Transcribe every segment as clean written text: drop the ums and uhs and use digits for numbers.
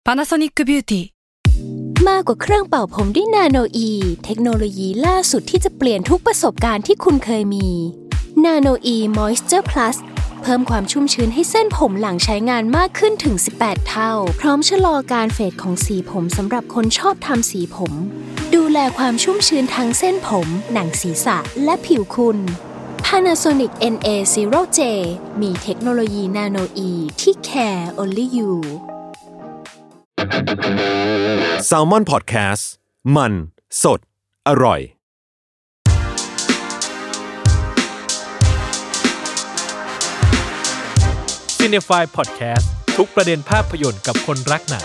Panasonic Beauty มากกว่าเครื่องเป่าผมด้วยนาโนอีเทคโนโลยีล่าสุดที่จะเปลี่ยนทุกประสบการณ์ที่คุณเคยมีนาโนอีมอยส์เจอร์พลัสเพิ่มความชุ่มชื้นให้เส้นผมหลังใช้งานมากขึ้นถึง18เท่าพร้อมชะลอการเฟดของสีผมสำหรับคนชอบทำสีผมดูแลความชุ่มชื้นทั้งเส้นผมหนังศีรษะและผิวคุณ Panasonic NA0J มีเทคโนโลยีนาโนอีที่ care only you Salmon Podcast มันสดอร่อย Cinefy Podcast ทุกประเด็นภาพยนตร์กับคนรักหนัง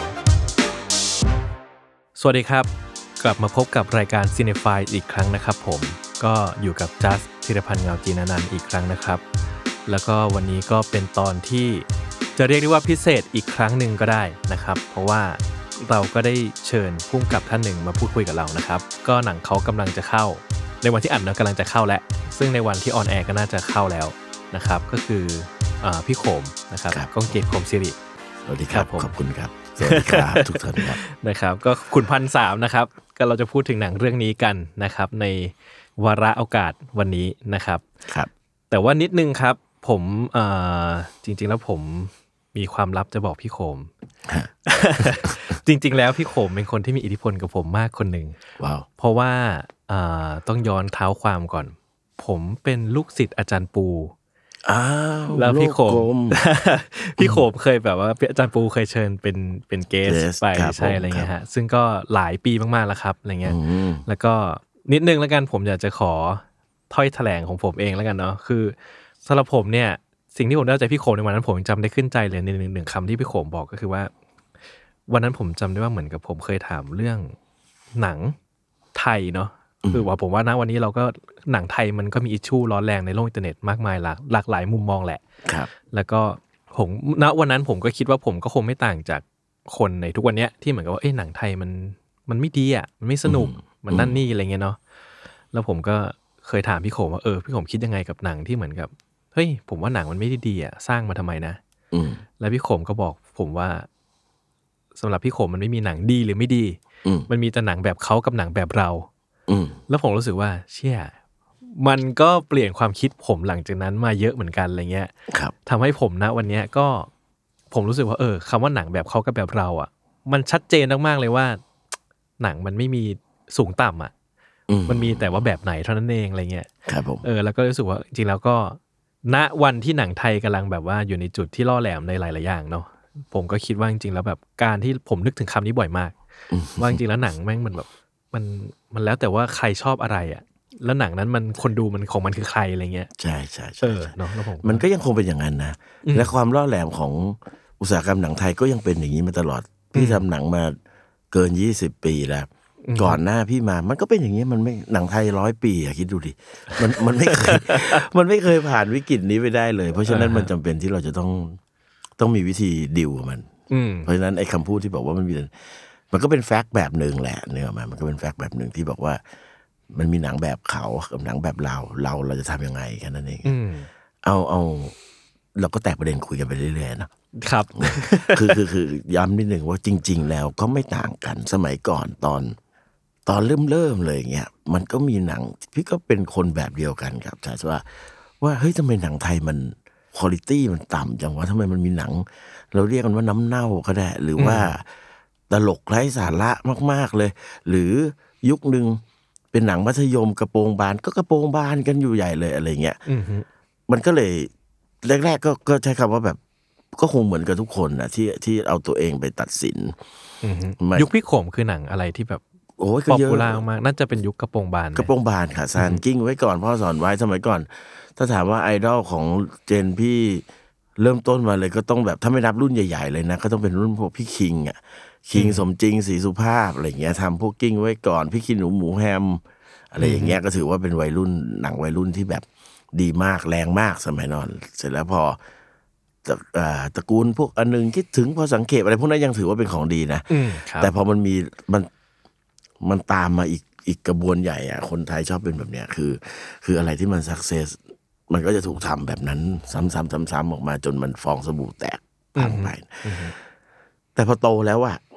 สวัสดีครับกลับมาพบกับรายการ Cinefy อีกครั้งนะครับผมก็อยู่กับจัสธีรพันธ์เงาจีนนันท์อีกครั้งนะครับแล้วก็วันนี้ก็เป็นตอนที่จะเรียกได้ว่าพิเศษอีกครั้งหนึ่งก็ได้นะครับเพราะว่าเราก็ได้เชิญผู้กำกับท่านหนึ่งมาพูดคุยกับเรานะครับก็หนังเขากำลังจะเข้าในวันที่อัดกำลังจะเข้าแล้วซึ่งในวันที่ออนแอร์ก็น่าจะเข้าแล้วนะครับก็คือพี่โขมนะครับก้องเกียรติโขมศิริสวัสดีครับขอบคุณครับสวัสดีครับทุกท่านครับนะครับก็คุณ1,300นะครับก็เราจะพูดถึงหนังเรื่องนี้กันนะครับในวาระโอกาสวันนี้นะครับครับแต่ว่านิดนึงครับผมจริงๆแล้วผมมีความลับจะบอกพี่โขม จริงๆแล้วพี่โขมเป็นคนที่มีอิทธิพลกับผมมากคนหนึ่งว้าวเพราะว่าต้องย้อนเท้าความก่อนผมเป็นลูกศิษย์อาจารย์ปูแล้วพี่โขม พี่โขมเคยแบบว่าอาจารย์ปูเคยเชิญเป็นเกสไปใช่อะไรเงี้ยฮะซึ่งก็หลายปีมากๆแล้วครับอะไรเงี้ยแล้วก็นิดนึงแล้วกันผมอยากจะขอถ้อยแถลงของผมเองแล้วกันเนาะคือสำหรับผมเนี่ยสิ่งที่ผมได้ใจพี่โขมในวันนั้นผมจำได้ขึ้นใจเลยในหนึ่งคำที่พี่โขมบอกก็คือว่าวันนั้นผมจำได้ว่าเหมือนกับผมเคยถามเรื่องหนังไทยเนาะคือว่าผมว่าณวันนี้เราก็หนังไทยมันก็มีอิชชูร้อนแรงในโลกอินเทอร์เน็ตมากมายหลากหลายมุมมองแหละครับแล้วก็ผมณวันนั้นผมก็คิดว่าผมก็คงไม่ต่างจากคนในทุกวันเนี้ยที่เหมือนกับว่าหนังไทยมันไม่ดีอ่ะมันไม่สนุกมันนั่นนี่อะไรเงี้ยเนาะแล้วผมก็เคยถามพี่โขมว่าพี่โขมคิดยังไงกับหนังที่เหมือนกับเฮ้ยผมว่าหนังมันไม่ได้ดีอ่ะสร้างมาทำไมนะแล้วพี่โขมก็บอกผมว่าสำหรับพี่โขมมันไม่มีหนังดีหรือไม่ดีมันมีแต่หนังแบบเขากับหนังแบบเราแล้วผมรู้สึกว่าเชี่ยมันก็เปลี่ยนความคิดผมหลังจากนั้นมาเยอะเหมือนกันอะไรเงี้ยทำให้ผมนะวันนี้ก็ผมรู้สึกว่าคำว่าหนังแบบเขากับแบบเราอ่ะมันชัดเจนมากๆเลยว่าหนังมันไม่มีสูงต่ำอ่ะมันมีแต่ว่าแบบไหนเท่านั้นเองอะไรเงี้ยครับผมแล้วก็รู้สึกว่าจริงๆแล้วก็ณวันที่หนังไทยกำลังแบบว่าอยู่ในจุดที่ล่อแหลมในหลายๆอย่างเนาะผมก็คิดว่าจริงๆแล้วแบบการที่ผมนึกถึงคำนี้บ่อยมากว่าจริงๆแล้วหนังแม่งมันแบบมันแล้วแต่ว่าใครชอบอะไรอ่ะแล้วหนังนั้นมันคนดูมันของมันคือใครอะไรเงี้ยใช่ใช่ใช่เนาะแล้วผมมันก็ยังคงเป็นอย่างนั้นนะและความล่อแหลมของอุตสาหกรรมหนังไทยก็ยังเป็นอย่างนี้มาตลอดพี่ทำหนังมาเกิน20ปีแล้วก่อนหน้าพี่มามันก็เป็นอย่างนี้มันไม่หนังไทย100ปีคิดดูดิมันไม่เคย มันไม่เคยผ่านวิกฤตนี้ไปได้เลยเพราะฉะนั้นมันจำเป็นที่เราจะต้องมีวิธีดิวกับมันเพราะฉะนั้นไอ้คำพูดที่บอกว่ามันก็เป็นแฟกต์แบบนึงแหละเนี่ยมันก็เป็นแฟกต์แบบนึงที่บอกว่ามันมีหนังแบบเขากับหนังแบบเราจะทำยังไงแค่นั้นเองเอาเราก็แตกประเด็นคุยกันไปเรื่อยๆนะครับคือย้ำนิดหนึ่งว่าจริงๆแล้วก็ไม่ต่างกันสมัยก่อนตอนเริ่มเลยเงี้ยมันก็มีหนังพี่ก็เป็นคนแบบเดียวกันครับใช่ว่าเฮ้ยทำไมหนังไทยมันคุณภาพมันต่ำจังวะทำไมมันมีหนังเราเรียกกันว่าน้ำเน่าก็ได้หรือว่าตลกไร้สาระมากๆเลยหรือยุคนึงเป็นหนังมัธยมกระโปรงบานก็กระโปรงบานกันอยู่ใหญ่เลยอะไรเงี้ยมันก็เลยแรกๆก็ใช้คำว่าแบบก็คงเหมือนกับทุกคนนะที่เอาตัวเองไปตัดสินยุคพี่โขมคือหนังอะไรที่แบบโอ้ยก็ป๊อปเยอะปูล่ามากน่าจะเป็นยุคกระโปรงบานกระโปรงบานค่ะซานกิ้งไว้ก่อนพ่อสอนไว้สมัยก่อนถ้าถามว่าไอดอลของเจนพี่เริ่มต้นมาเลยก็ต้องแบบถ้าไม่นับรุ่นใหญ่ๆเลยนะก็ต้องเป็นรุ่นพวกพี่คิงอ่ะคิงสมจริงศรีสุภาพอะไรเงี้ยทำพวกกิ้งไว้ก่อนพี่คิงหมูแฮมอะไรอย่างเงี้ยก็ถือว่าเป็นวัยรุ่นหนังวัยรุ่นที่แบบดีมากแรงมากสมัยนอนเสร็จแล้วพอตระกูลพวกอันนึงคิดถึงพอสังเกตอะไรพวกนั้นยังถือว่าเป็นของดีนะแต่พอมันตามมาอีกกระบวนใหญ่อ่ะคนไทยชอบเป็นแบบเนี้ยคืออะไรที่มันสักเซสมันก็จะถูกทำแบบนั้นซ้ำๆออกมาจนมันฟองสบู่แตกพังไปแต่พอโตแล้วอ่ะ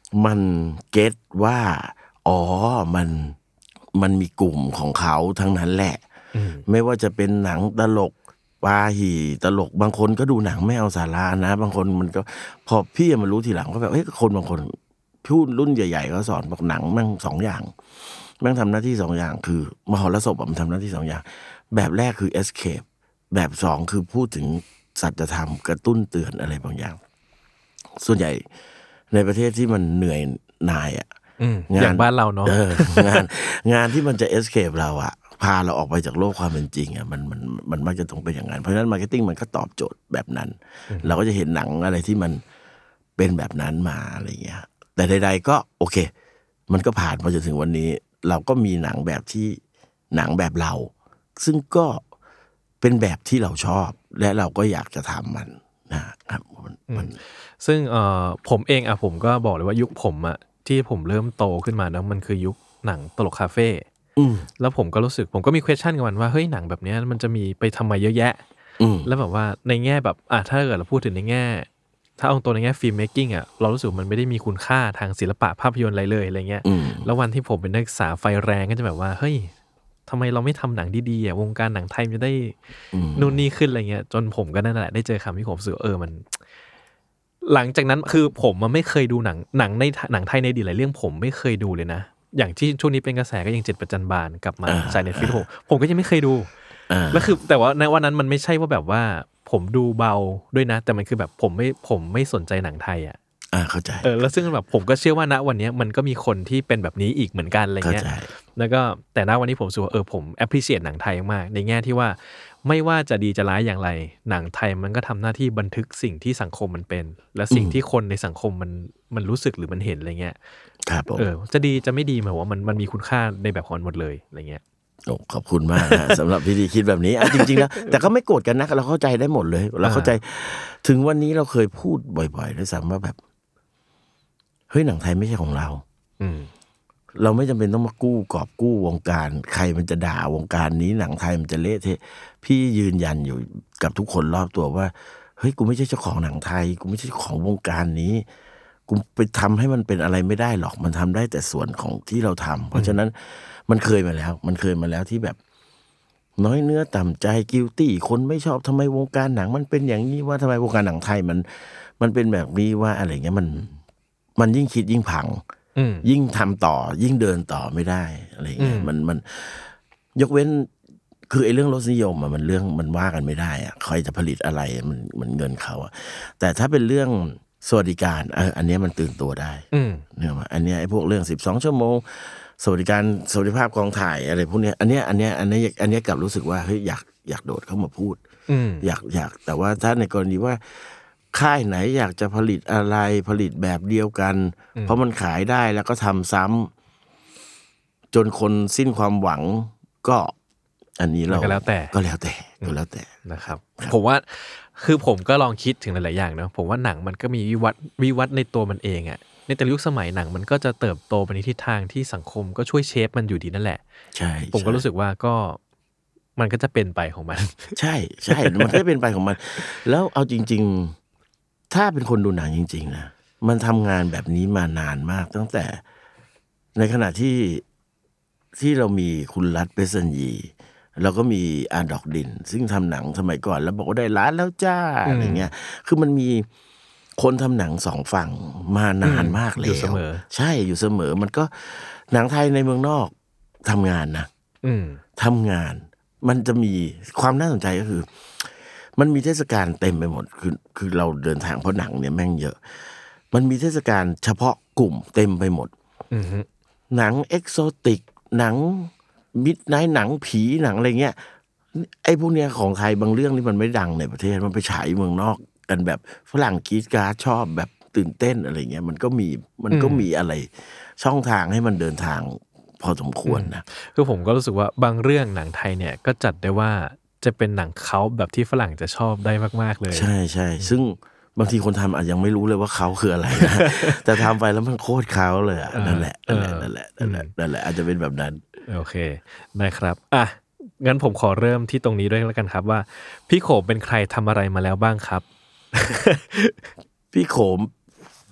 มันเก็ตว่าอ๋อมันมีกลุ่มของเขาทั้งนั้นแหละไม่ว่าจะเป็นหนังตลกปาหี่ตลกบางคนก็ดูหนังไม่เอาสาระนะบางคนมันก็พอพี่มารู้ทีหลังก็แบบคนบางคนพูดรุ่นใหญ่ๆก็สอนบอกหนังแม่ง2อย่างแม่งทำหน้าที่2อย่างคือมหรสพมันทำหน้าที่2อย่างแบบแรกคือ escape แบบ2คือพูดถึงสัจธรรมกระตุ้นเตือนอะไรบางอย่างส่วนใหญ่ในประเทศที่มันเหนื่อยหน่ายอ่ะอย่างบ้านเราเนาะงานที่มันจะ escape เราอ่ะพาเราออกไปจากโลกความเป็นจริงอ่ะมันมักจะต้องเป็นอย่างนั้นเพราะฉะนั้นมาร์เก็ตติ้งมันก็ตอบโจทย์แบบนั้นเราก็จะเห็นหนังอะไรที่มันเป็นแบบนั้นมาอะไรเงี้ยแต่ใดๆก็โอเคมันก็ผ่านมาจนถึงวันนี้เราก็มีหนังแบบที่หนังแบบเราซึ่งก็เป็นแบบที่เราชอบและเราก็อยากจะทำมันนะครับมันซึ่งผมเองผมก็บอกเลยว่ายุคผมที่ผมเริ่มโตขึ้นมานะมันคือยุคหนังตลกคาเฟ่แล้วผมก็รู้สึกผมก็มี question กับมันว่าเฮ้ยหนังแบบนี้มันจะมีไปทำไมเยอะแยะแล้วแบบว่าในแง่แบบถ้าเกิดเราพูดถึงในแง่ถ้าเอาตัวในแง่ฟิล์มเมคกิ้งเรารู้สึกมันไม่ได้มีคุณค่าทางศิลปะภาพยนตร์อะไรเลยอะไรเงี้ยแล้ววันที่ผมเป็นนักศึกษาไฟแรงก็จะแบบว่าเฮ้ยทำไมเราไม่ทำหนังดีๆวงการหนังไทยจะได้นู่นนี่ขึ้นอะไรเงี้ยจนผมก็นั่นแหละได้เจอคำที่ผมรู้สึกมันหลังจากนั้นคือผมมันไม่เคยดูหนังในหนังไทยในดีหลายเรื่องผมไม่เคยดูเลยนะอย่างที่ช่วงนี้เป็นกระแสก็ยัง7ประจันบานกลับมาใส่ Netflix ผมก็ยังไม่เคยดูแล้วคือแต่ว่าในวันนั้นมันไม่ใช่ว่าแบบว่าผมดูเบาด้วยนะแต่มันคือแบบผมไม่สนใจหนังไทยเข้าใจแล้วซึ่งแบบผมก็เชื่อว่าณวันนี้มันก็มีคนที่เป็นแบบนี้อีกเหมือนกันอะไรเงี้ยแล้วก็แต่ณวันนี้ผมรู้สึกว่าผม appreciate หนังไทยมากในแง่ที่ว่าไม่ว่าจะดีจะร้ายอย่างไรหนังไทยมันก็ทำหน้าที่บันทึกสิ่งที่สังคมมันเป็นและสิ่งที่คนในสังคมมันรู้สึกหรือมันเห็นอะไรเงี้ยครับจะดีจะไม่ดีหมายว่ามันมีคุณค่าในแบบของมันหมดเลยอะไรเงี้ยขอบคุณมากนะสำหรับพี่ดีคิดแบบนี้จริงๆแล้วแต่ก็ไม่โกรธกันนะเราเข้าใจได้หมดเลยเราเข้าใจถึงวันนี้เราเคยพูดบ่อยๆด้วยซ้ำว่าแบบเฮ้ยหนังไทยไม่ใช่ของเราเราไม่จำเป็นต้องมากู้วงการใครมันจะด่าวงการนี้หนังไทยมันจะเละเทะพี่ยืนยันอยู่กับทุกคนรอบตัวว่าเฮ้ยกูไม่ใช่เจ้าของหนังไทยกูไม่ใช่ของวงการนี้กูไปทำให้มันเป็นอะไรไม่ได้หรอกมันทำได้แต่ส่วนของที่เราทำเพราะฉะนั้นมันเคยมาแล้วที่แบบน้อยเนื้อต่ำใจกิลตี้คนไม่ชอบทำไมวงการหนังมันเป็นอย่างนี้ว่าทำไมวงการหนังไทยมันเป็นแบบนี้ว่าอะไรเงี้ยมันยิ่งคิดยิ่งพังยิ่งทำต่อยิ่งเดินต่อไม่ได้อะไรเงี้ยมันยกเว้นคือไอ้เรื่องรสนิยมมันเรื่องมันว่ากันไม่ได้ใครจะผลิตอะไรมันเงินเขาแต่ถ้าเป็นเรื่องสวัสดิการอันนี้มันตื่นตัวได้เนี่ยอันนี้ไอ้พวกเรื่อง12ชั่วโมงสวัสดิภาพกองถ่ายอะไรพวกนี้อันนี้กลับรู้สึกว่าเฮ้ยอยากโดดเข้ามาพูดอยากแต่ว่าถ้าในกรณีว่าค่ายไหนอยากจะผลิตอะไรผลิตแบบเดียวกันเพราะมันขายได้แล้วก็ทำซ้ำจนคนสิ้นความหวังก็อันนี้เราก็แล้วแต่นะครับผมว่าคือผมก็ลองคิดถึงหลายๆอย่างนะผมว่าหนังมันก็มีวิวัฒน์ในตัวมันเองในแต่ยุคสมัยหนังมันก็จะเติบโตไปในทิศทางที่สังคมก็ช่วยเชฟมันอยู่ดีนั่นแหละใช่ผมก็รู้สึกว่าก็มันก็จะเป็นไปของมันใช่มันก็เป็นไปของมันแล้วเอาจริงๆถ้าเป็นคนดูหนังจริงๆนะมันทำงานแบบนี้มานานมากตั้งแต่ในขณะที่เรามีคุณรัฐเปสัญญีเราก็มีอาดอกดินซึ่งทำหนังสมัยก่อนแล้วบอกว่าได้ล้านแล้วจ้าอะไรเงี้ยคือมันมีคนทำหนังสองฝั่งมานานมากแล้วใช่อยู่เสมอมันก็หนังไทยในเมืองนอกทำงานนะทำงานมันจะมีความน่าสนใจก็คือมันมีเทศกาลเต็มไปหมดคือเราเดินทางเพราะหนังเนี่ยแม่งเยอะมันมีเทศกาลเฉพาะกลุ่มเต็มไปหมดหนังเอกโซติกหนังมิดไนท์หนังผีหนังอะไรเงี้ยไอ้พวกเนี้ยของไทยบางเรื่องนี่มันไม่ดังในประเทศมันไปฉายเมืองนอกกันแบบฝรั่งกรี๊ดกราดชอบแบบตื่นเต้นอะไรเงี้ยมันก็มีอะไรช่องทางให้มันเดินทางพอสมควรนะคือผมก็รู้สึกว่าบางเรื่องหนังไทยเนี่ยก็จัดได้ว่าจะเป็นหนังเขาแบบที่ฝรั่งจะชอบได้มากๆเลยใช่ซึ่งบางทีคนทำอาจยังไม่รู้เลยว่าเขาคืออะไรนะแต่ทำไปแล้วมันโคตรเขาเลยนั่นแหละอาจจะเป็นแบบนั้นโอเคนะครับงั้นผมขอเริ่มที่ตรงนี้ด้วยแล้วกันครับว่าพี่โขมเป็นใครทำอะไรมาแล้วบ้างครับพี่โขม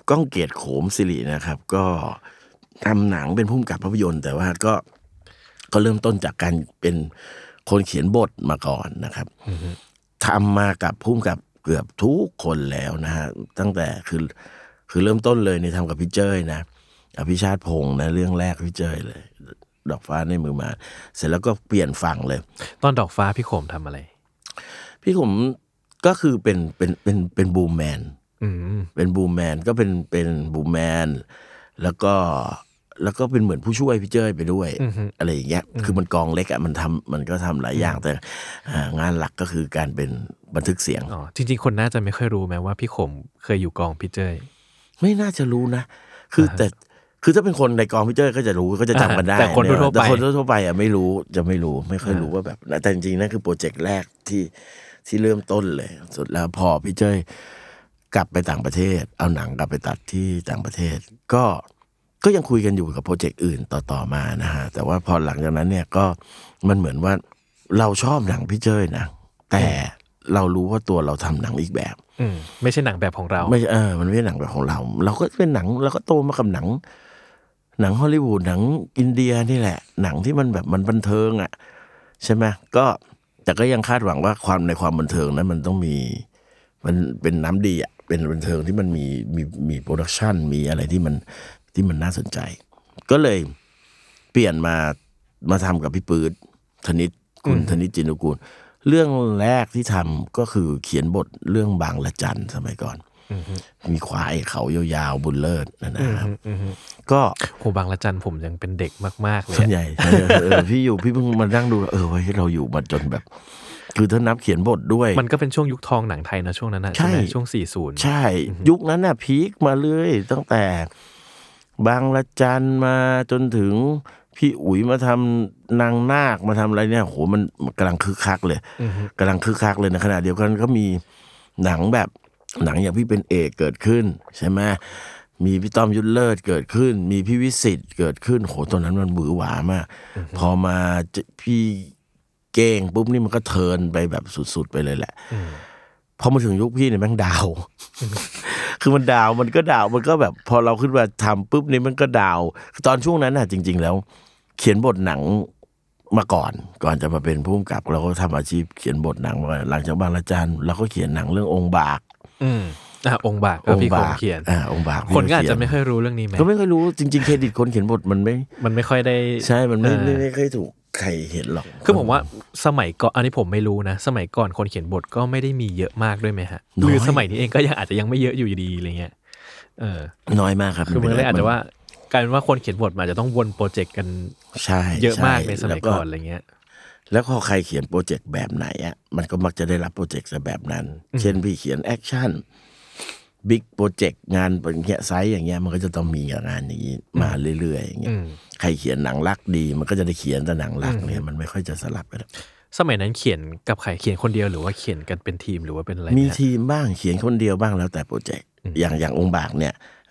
ก้องเกียรติโขมศิรินะครับก็ทำหนังเป็นผู้กำกับภาพยนตร์แต่ว่าก็เริ่มต้นจากการเป็นคนเขียนบทมาก่อนนะครับทำมากับผู้กำกับเกือบทุกคนแล้วนะฮะตั้งแต่คือเริ่มต้นเลยเนี่ยทำกับพี่เจ้ยนะอภิชาติพงษ์นะเรื่องแรกพี่เจ้ยเลยดอกฟ้าในมือมาเสร็จแล้วก็เปลี่ยนฝั่งเลยตอนดอกฟ้าพี่โขมทำอะไรพี่โขมก็คือเป็นบูมแมนเป็นบูมแมนก็เป็นบูมแมนแล้วก็เป็นเหมือนผู้ช่วยพี่เจ้ยไปด้วยอะไรอย่างเงี้ยคือมันกองเล็กอ่ะมันก็ทำหลายอย่างแต่งานหลักก็คือการเป็นบันทึกเสียงอ๋อจริงๆคนน่าจะไม่ค่อยรู้แม้ว่าพี่โขมเคยอยู่กองพี่เจ้ยไม่น่าจะรู้นะคือถ้าเป็นคนในกองพี่เจ้ยก็จะรู้ก็จะจำกันได้แต่คนทั่วไปอ่ะไม่รู้ไม่ค่อยรู้ว่าแบบแต่จริงๆนั่นคือโปรเจกต์แรกที่เริ่มต้นเลยสุดแล้วพอพี่เจ้ยกลับไปต่างประเทศเอาหนังกลับไปตัดที่ต่างประเทศก็ยังคุยกันอยู่กับโปรเจกต์อื่นต่อมานะฮะแต่ว่าพอหลังจากนั้นเนี่ยก็มันเหมือนว่าเราชอบหนังพี่เจ้ยนะแต่เรารู้ว่าตัวเราทำหนังอีกแบบไม่ใช่หนังแบบของเราไม่มันไม่ใช่หนังแบบของเราก็เป็นหนังเราก็โตมากับหนังฮอลลีวูดหนังอินเดียนี่แหละหนังที่มันแบบมันบันเทิงอ่ะใช่ไหมก็แต่ก็ยังคาดหวังว่าในความบันเทิงนั้นมันต้องมีมันเป็นน้ำดีอ่ะเป็นบันเทิงที่มันมีโปรดักชันมีอะไรที่มันน่าสนใจก็เลยเปลี่ยนมาทำกับพี่ปื๊ดธนิตคุณธนิตจินตุกูลเรื่องแรกที่ทำก็คือเขียนบทเรื่องบางละจันสมัยก่อนมีควายเขายาวๆบุญเลิศนะครับก็โหบางละจันผมยังเป็นเด็กมากๆเลยส่วนใหญ่พี่เพิ่งมานั่งดูไว้เราอยู่มาจนแบบคือถ้านับเขียนบทด้วยมันก็เป็นช่วงยุคทองหนังไทยนะช่วงนั้นนะใช่ไหมช่วง40 ใช่ยุคนั้นน่ะพีคมาเลยตั้งแต่บางละจันมาจนถึงพี่อุ๋ยมาทำนางนาคมาทำอะไรเนี่ยโหมันกำลังคึกคักเลยกำลังคึกคักเลยในขณะเดียวกันก็มีหนังแบบหนังอย่างพี่เป็นเอกเกิดขึ้นใช่ไหมมีพี่ต้อมยุทธเลิศเกิดขึ้นมีพี่วิสิทธิ์เกิดขึ้นโหตอนนั้นมันบือหวามากพอมาพี่เก่งปุ๊บนี่มันก็เทิร์นไปแบบสุดๆไปเลยแหละพอมาถึงยุคพี่เนี่ยแม่งดาวคือมันดาวมันก็แบบพอเราขึ้นมาทำปุ๊บนี่มันก็ดาวตอนช่วงนั้นน่ะจริงๆแล้วเขียนบทหนังมาก่อนจะมาเป็นผู้กำกับเราก็ทำอาชีพเขียนบทหนังมาหลังจากบางละจันเราก็เขียนหนังเรื่ององค์บากองค์บากพี่คงเขียนองค์บากคนก็อาจจะไม่ค่อยรู้เรื่องนี้ไหมก็ไม่ค่อยรู้จริงๆเครดิตคนเขียนบทมันไม่ค่อยได้ใช่มันไม่ค่อยถูกใครเห็นหรอกคือผมว่าสมัยก่อนอันนี้ผมไม่รู้นะสมัยก่อนคนเขียนบทก็ไม่ได้มีเยอะมากด้วยไหมฮะหรือสมัยนี้เองก็ยังอาจจะยังไม่เยอะอยู่ดีอะไรเงี้ยน้อยมากครับคือมันเลยอาจจะว่ากลายเป็นว่าคนเขียนบทอาจจะต้องวนโปรเจกต์กันเยอะมากในสมัยก่อนอะไรเงี้ยแล้วพอใครเขียนโปรเจกต์แบบไหนอ่ะมันก็มักจะได้รับโปรเจกต์แบบนั้นเช่นพี่เขียนแอคชั่นบิ๊กโปรเจกต์งานเป็นเงี้ยไซส์อย่างเงี้ยมันก็จะต้องมีงานอย่างนี้มาเรื่อยๆอย่างเงี้ยใครเขียนหนังรักดีมันก็จะได้เขียนแต่หนังรักเนี่ยมันไม่ค่อยจะสลับกันสมัยนั้นเขียนกับใครเขียนคนเดียวหรือว่าเขียนกันเป็นทีมหรือว่าเป็นอะไรมีทีมบ้างเขียนคนเดียวบ้างแล้วแต่โปรเจกต์อย่างองค์บากเนี่ย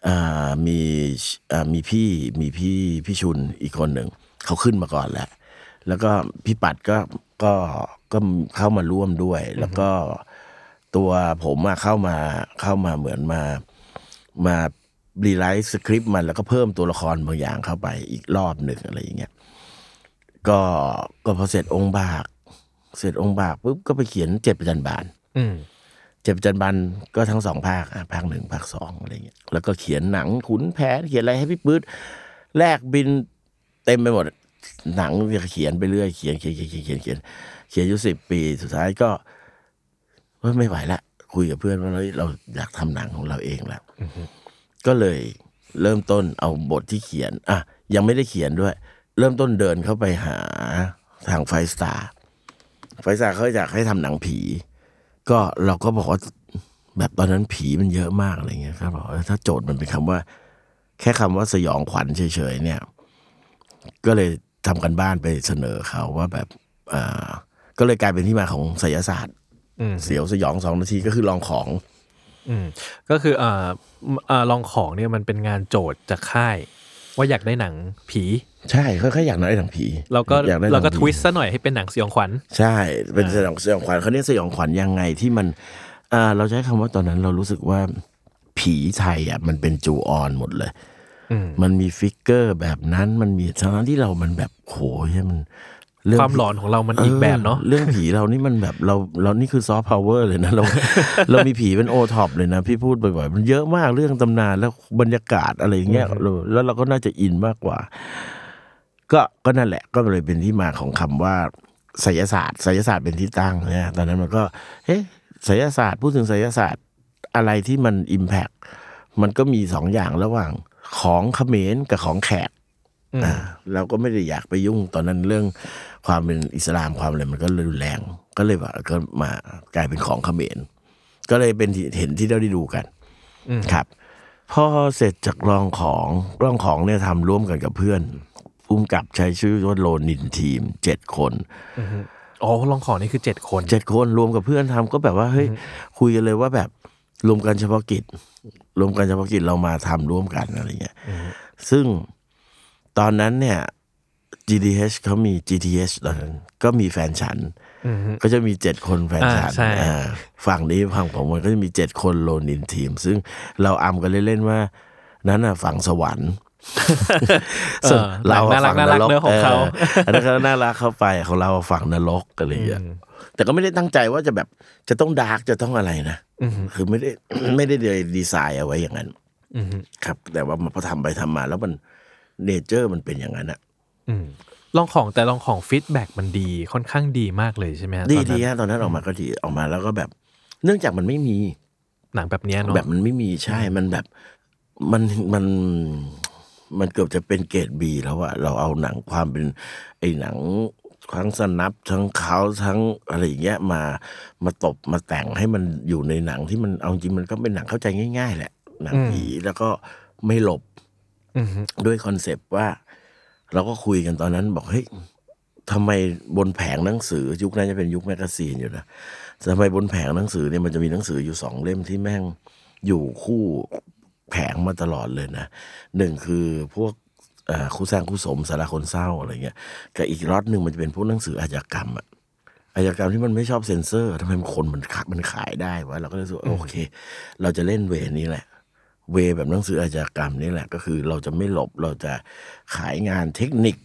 มีพี่ชุนอีกคนหนึ่งเขาขึ้นมาก่อนแล้วก็พี่ปัดก็เข้ามาร่วมด้วยแล้วก็ตัวผมเข้ามาเหมือนมารีไลท์สคริปต์มันแล้วก็เพิ่มตัวละครบางอย่างเข้าไปอีกรอบหนึ่งอะไรอย่างเงี้ยก็พอเสร็จองค์บากปุ๊บก็ไปเขียน7ประจันบาน7ประจันบานก็ทั้ง2ภาคภาค1ภาค2อะไรเงี้ยแล้วก็เขียนหนังขุนแผนเขียนอะไรให้พี่ปื๊ดแลกบินเต็มไปหมดหนังเขียนไปเรื่อยเขียนอยู่10 ปีสุดท้ายก็ไม่ไหวละคุยกับเพื่อนว่าเราอยากทำหนังของเราเองแล้วก็เลยเริ่มต้นเอาบทที่เขียนยังไม่ได้เขียนด้วยเริ่มต้นเดินเข้าไปหาทางไฟสตาร์เขาอยากให้ทำหนังผีก็เราก็บอกว่าแบบตอนนั้นผีมันเยอะมากอะไรเงี้ยครับบอกถ้าโจทย์มันเป็นคำว่าแค่คำว่าสยองขวัญเฉยๆเนี่ยก็เลยทำกันบ้านไปเสนอเขาว่าแบบก็เลยกลายเป็นที่มาของไสยศาสตร์เสียวสยอง2 นาทีก็คือลองของก็คือลองของเนี่ยมันเป็นงานโจทย์จากค่ายว่าอยากได้หนังผีใช่ค่อยๆอยากได้หนังผีเราก็ทวิสต์ซะหน่อยให้เป็นหนังสยองขวัญใช่เป็นสยองขวัญเขาเรียกสยองขวัญยังไงที่มันเราใช้คำว่าตอนนั้นเรารู้สึกว่าผีไทยอ่ะมันเป็นจูออนหมดเลยมันมีฟิกเกอร์แบบนั้นมันมีทั้งที่เรามันแบบโหมันความหลอนของเรามันอีกแบบเนาะเรื่องผีเรานี่มันแบบเรานี่คือซอฟต์พาวเวอร์เลยนะเรามีผีเป็นโอท็อปเลยนะพี่พูดบ่อยๆมันเยอะมากเรื่องตำนานแล้วบรรยากาศอะไรอย่างเงี้ยแล้วเราก็น่าจะอินมากกว่าก็นั่นแหละก็เลยเป็นที่มาของคำว่าไสยศาสตร์เป็นที่ตั้งเนี่ยตอนนั้นมันก็ไสยศาสตร์พูดถึงไสยศาสตร์อะไรที่มันอิมแพคมันก็มี2อย่างระหว่างของเขมรกับของแขกเราก็ไม่ได้อยากไปยุ่งตอนนั้นเรื่องความเป็นอิสลามความอะไรมันก็รุนแรงก็เลยว่าก็มากลายเป็นของเขมรก็เลยเป็นเห็นที่เราได้ดูกันครับพอเสร็จจากรองของเนี่ยทำร่วมกันกับเพื่อนภูมิกับใช้ชื่อว่าโลนินทีม7 คนอ๋อลองของนี่คือ7 คนรวมกับเพื่อนทำก็แบบว่าเฮ้ยคุยกันเลยว่าแบบรวมกันเฉพาะกิจเรามาทำร่วมกันอะไรเงี้ยซึ่งตอนนั้นเนี่ย GTH เขามี GTH ตอนนั้นก็มีแฟนฉันก็จะมี7 คนแฟนฉันฝั่งนี้ฝั่งผมมันก็จะมี7 คนโลนินทีมซึ่งเราอำกันเล่นๆว่านั้นน่ะฝั่งสวรรค์เราฝั่งนรกเรื่องของเขาอันนั้นเขาน่ารักเข้าไปของเราฝั่งนรกอะไรอย่างเงี้ยแต่ก็ไม่ได้ตั้งใจว่าจะแบบจะต้องดาร์กจะต้องอะไรนะคือไม่ได้ดีไซน์เอาไว้อย่างนั้นครับแต่ว่าพอทำไปทำมาแล้วมันเนเจอร์มันเป็นอย่างนั้นอะลองของฟีดแบ็กมันดีค่อนข้างดีมากเลยใช่ไหมดีฮะตอนนั้นออกมาก็ดีออกมาแล้วก็แบบเนื่องจากมันไม่มีหนังแบบนี้เนาะแบบมันไม่มีใช่มันแบบมันเกือบจะเป็นเกรด B แล้วอะเราเอาหนังความเป็นไอ้หนังทั้งสนับทั้งเขาทั้งอะไรอย่างเงี้ยมาตบมาแต่งให้มันอยู่ในหนังที่มันเอาจริงมันก็เป็นหนังเข้าใจง่ายๆแหละหนังผีแล้วก็ไม่หลบด้วยคอนเซปต์ว่าเราก็คุยกันตอนนั้นบอกเฮ้ยทำไมบนแผงหนังสือยุคนั้นจะเป็นยุคแมกกาซีนอยู่นะทำไมบนแผงหนังสือเนี่ยมันจะมีหนังสืออยู่2 เล่มที่แม่งอยู่คู่แผงมาตลอดเลยนะ1คือพวกคู่สร้างคู่สมสารคนเศร้าอะไรเงี้ยกับอีกล็อตนึงมันจะเป็นพวกหนังสืออาชญากรรมที่มันไม่ชอบเซ็นเซอร์ทำไมคนมันขายได้วะเราก็เลยรู้สึกโอเคเราจะเล่นเวนี้แหละเวแบบหนังสืออาชญากรรมนี่แหละก็คือเราจะไม่หลบเราจะขายงานเทคนิค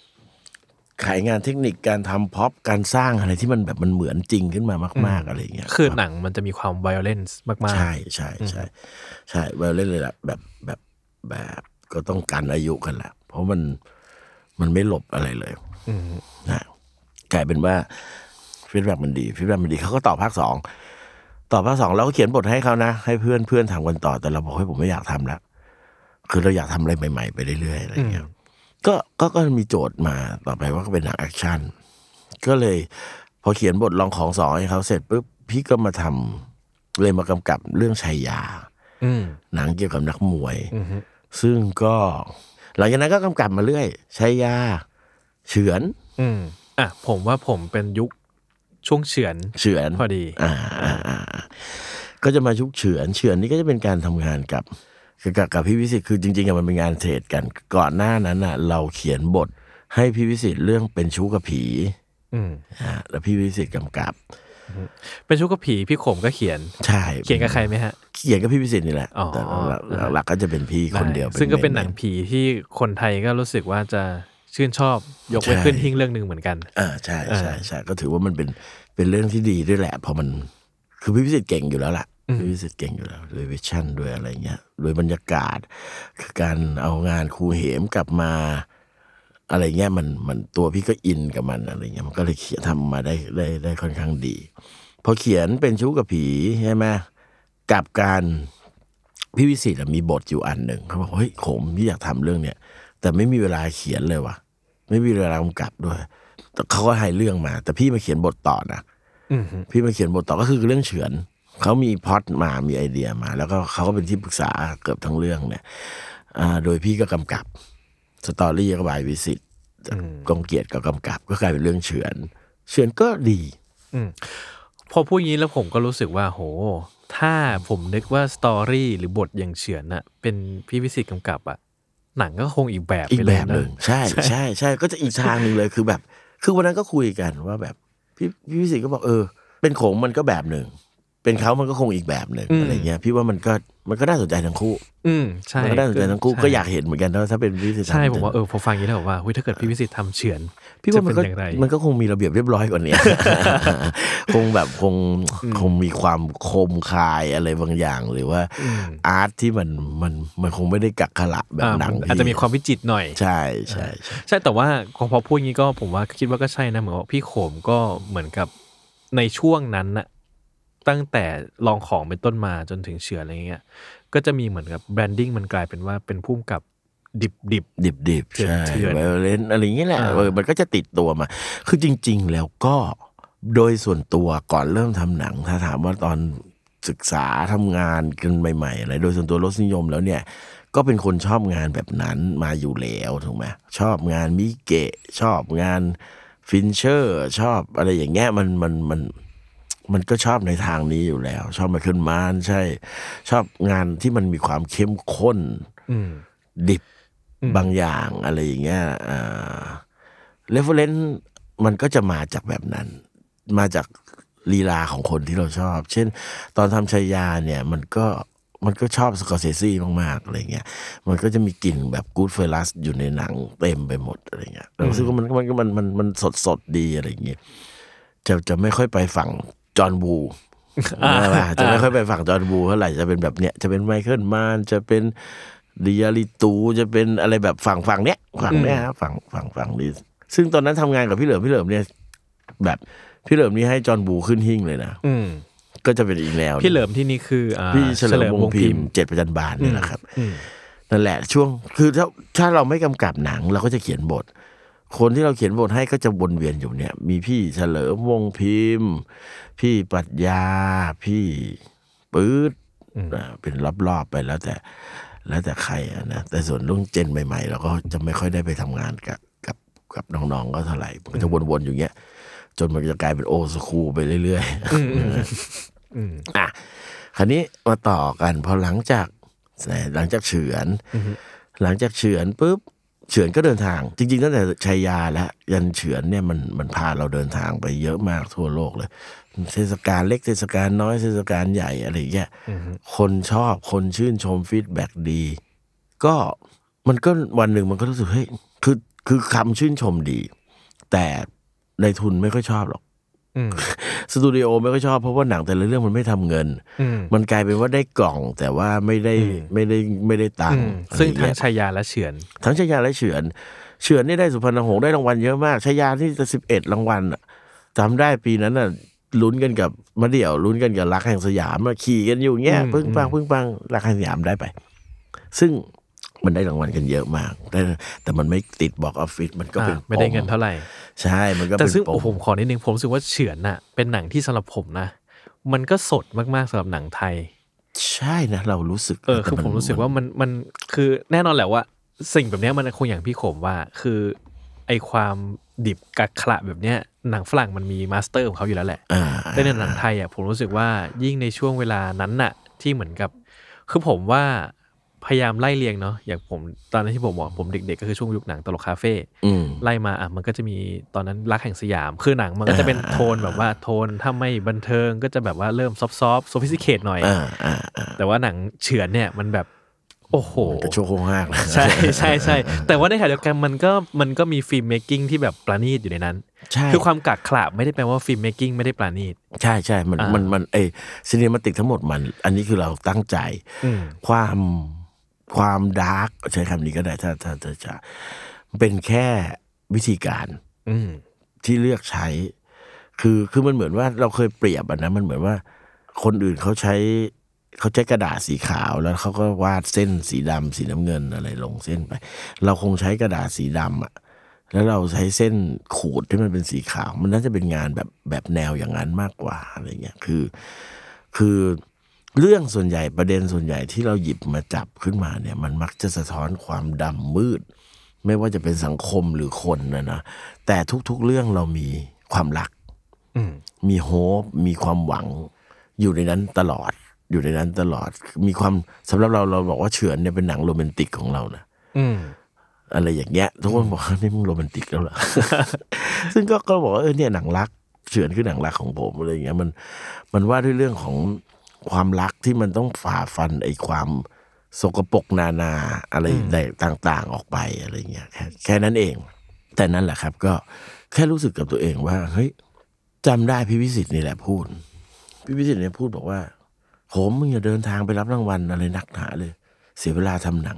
การทำพ็อปการสร้างอะไรที่มันแบบมันเหมือนจริงขึ้นมามากๆอะไรเงี้ยคือหนังมันจะมีความไวโอเลนซ์มากๆใช่ไวโอเลนซ์เลยล่ะแบบก็ต้องกันอายุกันแหละเพราะมันไม่หลบอะไรเลยนะกลายเป็นว่าฟีดแบ็กมันดีเขาก็ต่อภาค 2แล้วก็เขียนบทให้เขานะให้เพื่อนทำกันต่อแต่เราบอกให้ผมไม่อยากทำแล้วคือเราอยากทำอะไรใหม่ๆไปเรื่อยๆอะไรเงี้ยก็มีโจทย์มาต่อไปว่าก็เป็นหนังแอคชั่นก็เลยพอเขียนบทลองของ2ให้เขาเสร็จปุ๊บพี่ก็มากำกับเรื่องชัยยาหนังเกี่ยวกับนักมวยซึ่งก็หลังจากนั้นก็กำกับมาเรื่อยชัยยาเฉือนผมว่าผมเป็นยุคช่วงเฉือนพอดีก็จะมายุคเฉือนนี่ก็จะเป็นการทำงานกับพี่วิสิทธิ์คือจริงๆมันเป็นงานเทรดกันก่อนหน้านั้นน่ะเราเขียนบทให้พี่วิสิทธิ์เรื่องเป็นชู้กับผีแล้วพี่วิสิทธิ์กำกับเป็นชู้กับผีพี่ขมก็เขียนใช่เขียนกับใครไหมฮะเขียนกับพี่วิสิทธิ์นี่แหละแต่หลักๆก็จะเป็นพี่คนเดียวซึ่งก็เป็นหนังผีที่คนไทยก็รู้สึกว่าจะชื่นชอบยกไว้ขึ้นหิ้งเรื่องนึงเหมือนกันใช่ก็ถือว่ามันเป็นเรื่องที่ดีด้วยแหละเพราะมันคือพี่วิสิทธิ์เก่งอยู่แล้วล่ะพี่วิสิทธิ์เก่งอยู่แล้วด้วยวิชั่นด้วยอะไรเงี้ยด้วยบรรยากาศคือการเอางานครูเหมกลับมาอะไรเงี้ยมันตัวพี่ก็อินกับมันอะไรเงี้ยมันก็เลยเขียนทำมาได้ค่อนข้างดีพอเขียนเป็นชู้กับผีใช่ไหมกับการพี่วิสิทธิ์มีบทอยู่อันหนึ่งเขาบอกเฮ้ยผมพี่อยากทำเรื่องเนี้ยแต่ไม่มีเวลาเขียนเลยว่ะไม่มีเวลากำกับด้วยเขาก็ให้เรื่องมาแต่พี่มาเขียนบทต่อนะพี่มาเขียนบทต่อก็คือเรื่องเฉือนเขามีพล็อตมามีไอเดียมาแล้วก็เขาก็เป็นที่ปรึกษาเกือบทั้งเรื่องเนี่ยโดยพี่ก็กำกับสตอรี่ก็บายวิสิทธิ์กองเกียรติก็กำกับก็กลายเป็นเรื่องเฉือนก็ดีพอพูดงี้แล้วผมก็รู้สึกว่าโหถ้าผมนึกว่าสตอรี่หรือบทอย่างเฉือนน่ะเป็นพี่วิสิทธิ์กำกับอ่ะหนังก็คงอีกแบบไปเลยนะใช่ก็จะอีกทางนึงเลยคือแบบคือวันนั้นก็คุยกันว่าแบบพี่วิสิทธิ์ก็บอกเป็นโขงมันก็แบบนึงเป็นเขามันก็คงอีกแบบหนึ่งอะไรเงี้ยพี่ว่ามันก็น่าสนใจทั้งคู่ใช่มันก็น่าสนใจทั้งคู่ก็อยากเห็นเหมือนกันถ้าเป็นวิสิตทำใช่ผมว่าพอฟังอย่างนี้แล้วบอกว่าถ้าเกิดพี่วิสิตทำเฉือนพี่ว่ามันก็คงมีระเบียบเรียบร้อยกว่านี้ คงแบบคงมีความคมคายอะไรบางอย่างหรือว่าอาร์ตที่มันคงไม่ได้กักขระแบบหนังอาจจะมีความวิจิตรหน่อยใช่แต่ว่าพอพูดงี้ก็ผมว่าคิดว่าก็ใช่นะเหมือนว่าพี่โขมก็เหมือนกับในช่วงนั้นน่ะตั้งแต่ลองของเป็นต้นมาจนถึงเฉือนอะไรเงี้ยก็จะมีเหมือนกับแบรนดิ้งมันกลายเป็นว่าเป็นผู้กำกับดิบใช่ไวโอเลนอะไรอย่างเงี้ยแหละมันก็จะติดตัวมาคือจริงๆแล้วก็โดยส่วนตัวก่อนเริ่มทำหนังถ้าถามว่าตอนศึกษาทำงานกันใหม่ๆอะไรโดยส่วนตัวรสนิยมแล้วเนี่ยก็เป็นคนชอบงานแบบนั้นมาอยู่แล้วถูกไหมชอบงานมิเกะชอบงานฟินเชอร์ชอบอะไรอย่างเงี้ยมันก็ชอบในทางนี้อยู่แล้วชอบไมเคิลมานใช่ชอบงานที่มันมีความเข้มข้นดิบบางอย่างอะไรอย่างเงี้ยเรฟเฟอเรนซ์มันก็จะมาจากแบบนั้นมาจากลีลาของคนที่เราชอบเช่นตอนทำชายาเนี่ยมันก็ชอบสกอร์เซซีมากๆอะไรเงี้ยมันก็จะมีกลิ่นแบบกู๊ดเฟลัสอยู่ในหนังเต็มไปหมดอะไรเงี้ยรู้สึกว่ามันสดดีอะไรเงี้ยจะไม่ค่อยไปฝั่งจอห์นวูจะไม่ค่อยไปฝั่งจอห์นวูเท่าไหร่จะเป็นแบบเนี้ยจะเป็นไมเคิลมานจะเป็นดิยาริตูจะเป็นอะไรแบบฝั่งเนี้ยฝั่งนี้ซึ่งตอนนั้นทำงานกับพี่เหลิมเนี่ยแบบพี่เหลิมนี่ให้จอห์นวูขึ้นหิ้งเลยนะก็จะเป็นอีกแนวพี่เหลิมที่นี่คือพี่เฉลิมวงศ์พิมพ์7ประจันบานนี่แหละครับนั่นแหละช่วงคือถ้าเราไม่กำกับหนังเราก็จะเขียนบทคนที่เราเขียนบทให้ก็จะวนเวียนอยู่เนี่ยมีพี่เฉลิมวงศ์พิมพ์พี่ปรัชญาพี่ปื๊ดเป็นรอบๆไปแล้วแต่ใครนะแต่ส่วนรุ่นเจนใหม่ๆเราก็จะไม่ค่อยได้ไปทำงานกับน้องๆก็เท่าไหร่มันก็จะวนๆอยู่เงี้ยจนมันจะกลายเป็นโอสคูลไปเรื่อยๆคราวนี้มาต่อกันพอหลังจากเฉือนปุ๊บเฉือนก็เดินทางจริงๆตั้งแต่ชัยยาและยันเฉือนเนี่ยมันพาเราเดินทางไปเยอะมากทั่วโลกเลยเทศกาลเล็กเทศกาลน้อยเทศกาลใหญ่อะไรอย่างเงี้ยคนชอบคนชื่นชมฟีดแบ็กดีก็มันก็วันหนึ่งมันก็รู้สึกเฮ้ยคือคำชื่นชมดีแต่ในทุนไม่ค่อยชอบหรอกสตูดิโอไม่ค่อยชอบเพราะว่าหนังแต่ละเรื่องมันไม่ทำเงินมันกลายเป็นว่าได้กล่องแต่ว่าไม่ได้ตังค์ซึ่งทั้งชัยยาและเฉือนนี่ได้สุพรรณหงส์ได้รางวัลเยอะมากชัยยาที่จะ11รางวัลจำได้ปีนั้นน่ะลุ้นกันกับมะเดี่ยวลุ้นกันกับรักแห่งสยามมาขี่กันอยู่เงี้ยปึ้งปังรักแห่งสยามได้ไปซึ่งมันได้รางวัลกันเยอะมากแต่มันไม่ติดบ็อกออฟฟิศมันก็เป็นไม่ได้เงินเท่าไหร่ใช่มันก็เป็นแต่ซึ่งผมขอนิดนึงผมรู้สึกว่าเฉือนน่ะเป็นหนังที่สำหรับผมนะมันก็สดมากๆสำหรับหนังไทยใช่นะเรารู้สึกคือผมรู้สึกว่ามันคือแน่นอนแหละว่าสิ่งแบบนี้มันคงอย่างพี่โขมว่าคือไอความดิบกักขระแบบเนี้ยหนังฝรั่งมันมีมาสเตอร์ของเขาอยู่แล้วแหละแต่ในหนังไทยผมรู้สึกว่ายิ่งในช่วงเวลานั้นน่ะที่เหมือนกับคือผมว่าพยายามไล่เรียงเนาะอย่างผมตอนนั้นที่ผมบอกผมเด็กๆก็คือช่วงยุคหนังตลกคาเฟ่ไล่มามันก็จะมีตอนนั้นรักแห่งสยามคือหนังมันก็จะเป็นโทนแบบว่าโทนถ้าไม่บันเทิงก็จะแบบว่าเริ่มซอฟต์โซฟิสติเคทหน่อยแต่ว่าหนังเฉือนเนี่ยมันแบบโอ้โหกระโชกโคงหักใช่แต่ว่าในขณะเดียวกันมันก็มีฟิล์มเมคกิ้งที่แบบประณีตอยู่ในนั้นคือความกักขระไม่ได้แปลว่าฟิล์มเมคกิ้งไม่ได้ประณีตใช่มันซีนิมาติกทั้งหมดมันอันนี้คือเราตั้งใจความดาร์กใช้คำนี้ก็ได้ถ้าจะเป็นแค่วิธีการที่เลือกใช้คือมันเหมือนว่าเราเคยเปรียบนะมันเหมือนว่าคนอื่นเขาใช้กระดาษสีขาวแล้วเขาก็วาดเส้นสีดำสีน้ำเงินอะไรลงเส้นไปเราคงใช้กระดาษสีดำแล้วเราใช้เส้นขูดที่มันเป็นสีขาวมันน่าจะเป็นงานแบบแนวอย่างนั้นมากกว่าอะไรเงี้ยคือเรื่องส่วนใหญ่ประเด็นส่วนใหญ่ที่เราหยิบมาจับขึ้นมาเนี่ยมันมักจะสะท้อนความดำมืดไม่ว่าจะเป็นสังคมหรือคนนะแต่ทุกๆเรื่องเรามีความรักมีโฮปมีความหวังอยู่ในนั้นตลอดมีความสำหรับเราบอกว่าเฉือนเนี่ยเป็นหนังโรแมนติกของเรานะอะไรอย่างเงี้ยทุกคนบอกว่านี่มึงโรแมนติกแล้วเหรอ ซึ่งก็บอกว่าเนี่ยหนังรักเฉือนคือหนังรักของผมอะไรอย่างเงี้ยมันว่าด้วยเรื่องของความรักที่มันต้องฝ่าฟันไอ้ความสกปรกนานาอะไรต่างๆออกไปอะไรเงี้ยแค่นั้นเองแต่นั่นแหละครับก็แค่รู้สึกกับตัวเองว่าเฮ้ยจำได้พี่วิสิทธิ์นี่แหละพูดพี่วิสิทธิ์เนี่ยพูดบอกว่าผมมึงอย่าเดินทางไปรับรางวัลอะไรนักหนาเลยเสียเวลาทำหนัง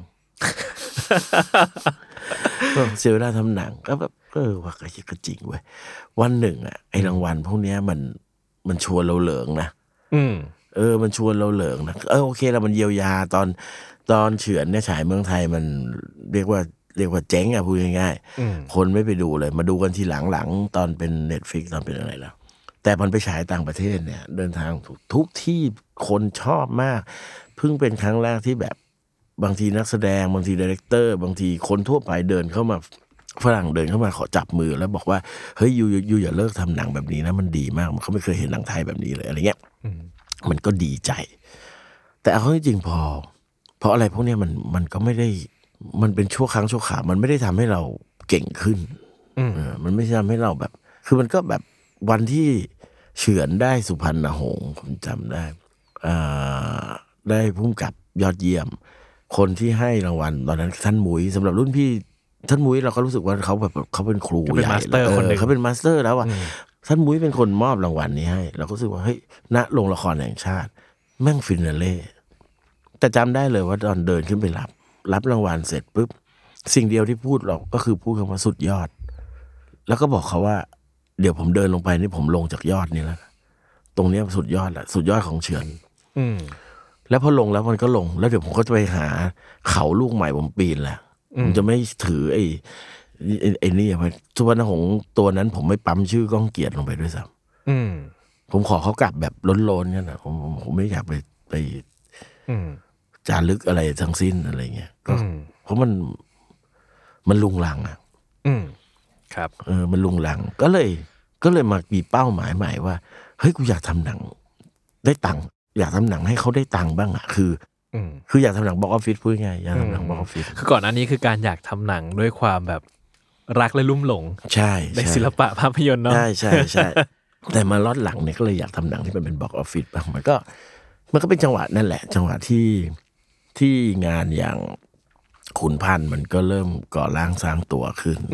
เสียเวลาทำหนังก็แบบว่าก็จริงเว้ยวันหนึ่งอ่ะไอ้รางวัลพวกเนี้ยมันชวนเราเหลิงนะมันชวนเราเหลิงนะโอเคแล้วมันเยียวยาตอนเฉือนเนี่ยฉายเมืองไทยมันเรียกว่าเจ๊งอ่ะพูดง่ายๆคนไม่ไปดูเลยมาดูกันทีหลังตอนเป็น Netflix ตอนเป็นอะไรแล้วแต่มันไปฉายต่างประเทศเนี่ยเดินทางทุกที่คนชอบมากเพิ่งเป็นครั้งแรกที่แบบบางทีนักแสดงบางทีไดเรคเตอร์บางทีคนทั่วไปเดินเข้ามาฝรั่งเดินเข้ามาขอจับมือแล้วบอกว่าเฮ้ยอยู่อย่าเลิกทำหนังแบบนี้นะมันดีมากเขาไม่เคยเห็นหนังไทยแบบนี้เลยอะไรเงี้ยมันก็ดีใจแต่เอาจริงๆพออะไรพวกนี้มันก็ไม่ได้มันเป็นชั่วครั้งชั่วคราวมันไม่ได้ทำให้เราเก่งขึ้นมันไม่ใช่ทำให้เราแบบคือมันก็แบบวันที่เฉือนได้สุพรรณหงส์ผมจำได้พุ่มกับยอดเยี่ยมคนที่ให้รางวัลตอนนั้นท่านมุ้ยสำหรับรุ่นพี่ท่านมุ้ยเราก็รู้สึกว่าเขาเป็นครูใหญ่เขาเป็นมาสเตอร์แล้วอ่ะท่านมุ้ยเป็นคนมอบรางวัลนี้ให้เราก็รู้สึกว่าเฮ้ยณโรงละครแห่งชาติแม่งฟินาเล่แต่จำได้เลยว่าตอนเดินขึ้นไปรับรางวัลเสร็จปุ๊บสิ่งเดียวที่พูดเราก็คือพูดคำว่าสุดยอดแล้วก็บอกเขาว่าเดี๋ยวผมเดินลงไปนี่ผมลงจากยอดนี่แล้วตรงนี้สุดยอดแหละสุดยอดของเฉือนแล้วพอลงแล้วมันก็ลงแล้วเดี๋ยวผมก็จะไปหาเขาลูกใหม่ผมปีนแหละผมจะไม่ถือไอ้นี่ไปสุวรรณหงส์ตัวนั้นผมไม่ปั๊มชื่อก้องเกียรติลงไปด้วยซ้ำผมขอเขากลับแบบล้นๆกันนะผมไม่อยากไปจารึกอะไรทั้งสิ้นอะไรเงี้ยก็เพราะมันลุงลังอ่ะครับมันลุงลังก็เลยมามีเป้าหมายใหม่ว่าเฮ้ยกูอยากทำหนังได้ตังค์อยากทำหนังให้เขาได้ตังค์บ้างอ่ะคืออยากทำหนังบ็อกซ์ออฟฟิศพูดง่ายอยากทำหนังบ็อกซ์ออฟฟิศคือก่อนอันนี้คือการอยากทำหนังด้วยความแบบรักและลุ่มหลงใช่ในศิลปะภาพยนตร์เนาะใช่แต่มาล็อตหลังเนี่ยก็เลยอยากทำหนังที่มันเป็นบ็อกซ์ออฟฟิศบ้างมันก็เป็นจังหวะนั่นแหละจังหวะที่งานอย่างขุนพันธ์มันก็เริ่มก่อร่างสร้างตัวขึ้น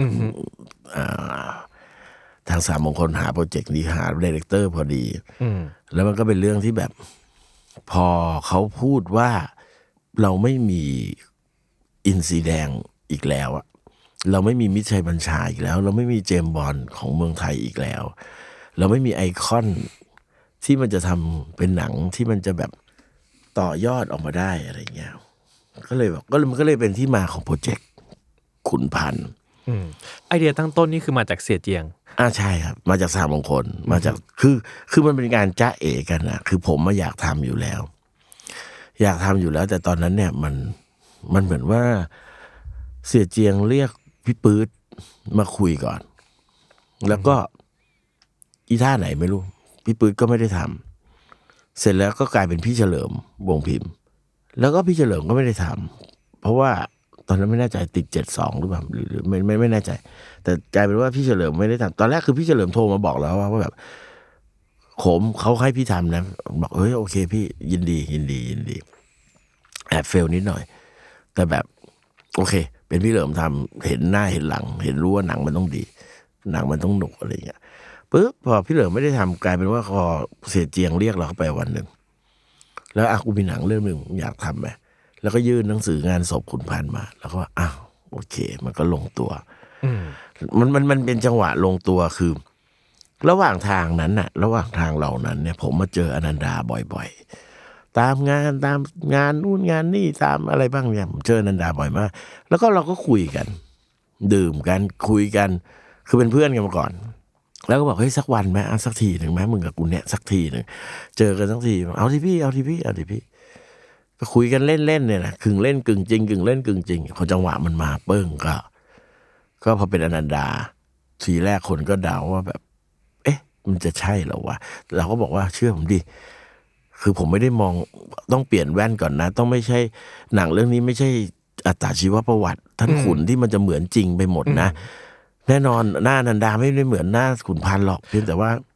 ทางสามมงคลหาโปรเจกต์นี้หาไดเรคเตอร์พอดีแล้วมันก็เป็นเรื่องที่แบบพอเขาพูดว่าเราไม่มีอินซีแดงอีกแล้วอะเราไม่มีมิตรชัยบัญชาอีกแล้วเราไม่มีเจมส์บอนด์ของเมืองไทยอีกแล้วเราไม่มีไอคอนที่มันจะทำเป็นหนังที่มันจะแบบต่อยอดออกมาได้อะไรเงี้ยก็เลยมันก็เลยเป็นที่มาของโปรเจกต์ขุนพันธ์ไอเดียตั้งต้นนี่คือมาจากเสียเจียงใช่ครับมาจากสามมงคลมาจากคือมันเป็นการจ้าเอกันนะคือผมมาอยากทำอยู่แล้วแต่ตอนนั้นเนี่ยมันเหมือนว่าเสียเจียงเรียกพี่ปื๊ดมาคุยก่อนแล้วก็อีท่าไหนไม่รู้พี่ปื๊ดก็ไม่ได้ทำเสร็จแล้วก็กลายเป็นพี่เฉลิมวงพิมพ์แล้วก็พี่เฉลิมก็ไม่ได้ทำเพราะว่าตอนนั้นไม่แน่ใจติด72หรือเปล่าหรือไม่แน่ใจแต่กลายเป็นว่าพี่เฉลิมไม่ได้ทำตอนแรกคือพี่เฉลิมโทรมาบอกแล้วว่าแบบเขาให้พี่ทำนะบอกเฮ้ยโอเคพี่ยินดีแอบเฟลนิดหน่อยแต่แบบโอเคเป็นพี่เฉลิมทำเห็นหน้าเห็นหลังเห็นรู้ว่าหนังมันต้องดีหนังมันต้องหนุกอะไรอย่างเงี้ยปุ๊บพอพี่เฉลิมไม่ได้ทำกลายเป็นว่าพอเสียเจียงเรียกเราเข้าไปวันหนึ่งแล้วกูมีหนังเรื่องหนึ่งอยากทำไหมแล้วก็ยื่นหนังสืองานศพขุนพันธ์มาแล้วก็อ้าวโอเคมันก็ลงตัวมันเป็นจังหวะลงตัวคือระหว่างทางนั้นน่ะระหว่างทางเหล่านั้นเนี่ยผมมาเจออนันดาบ่อยๆตามงานนู่นงานนี่ตามอะไรบ้างเนี่ยผมเจออนันดาบ่อยมากแล้วก็เราก็คุยกันดื่มกันคุยกันคือเป็นเพื่อนกันมาก่อนแล้วก็บอกเฮ้ยสักวันไหมสักทีหนึ่งไหมมึงกับกูเนี่ยสักทีหนึ่งเจอกันสักทีเอาทีพี่ก็คุยกันเล่นๆเนี่ยนะกึ่งเล่นกึ่งจริงกึ่งเล่นกึ่งจริงพอจังหวะมันมาเปิ้งก็พอเป็นอนันดาทีแรกคนก็เดาว่าแบบเอ๊ะมันจะใช่เหรอวะเราก็บอกว่าเชื่อผมดิคือผมไม่ได้มองต้องเปลี่ยนแว่นก่อนนะต้องไม่ใช่หนังเรื่องนี้ไม่ใช่อัตชีวประวัติท่านขุนที่มันจะเหมือนจริงไปหมดนะแน่นอนหน้าอนันดาไม่ได้เหมือนหน้าขุนพันธ์หรอกเพียงแต่ว่า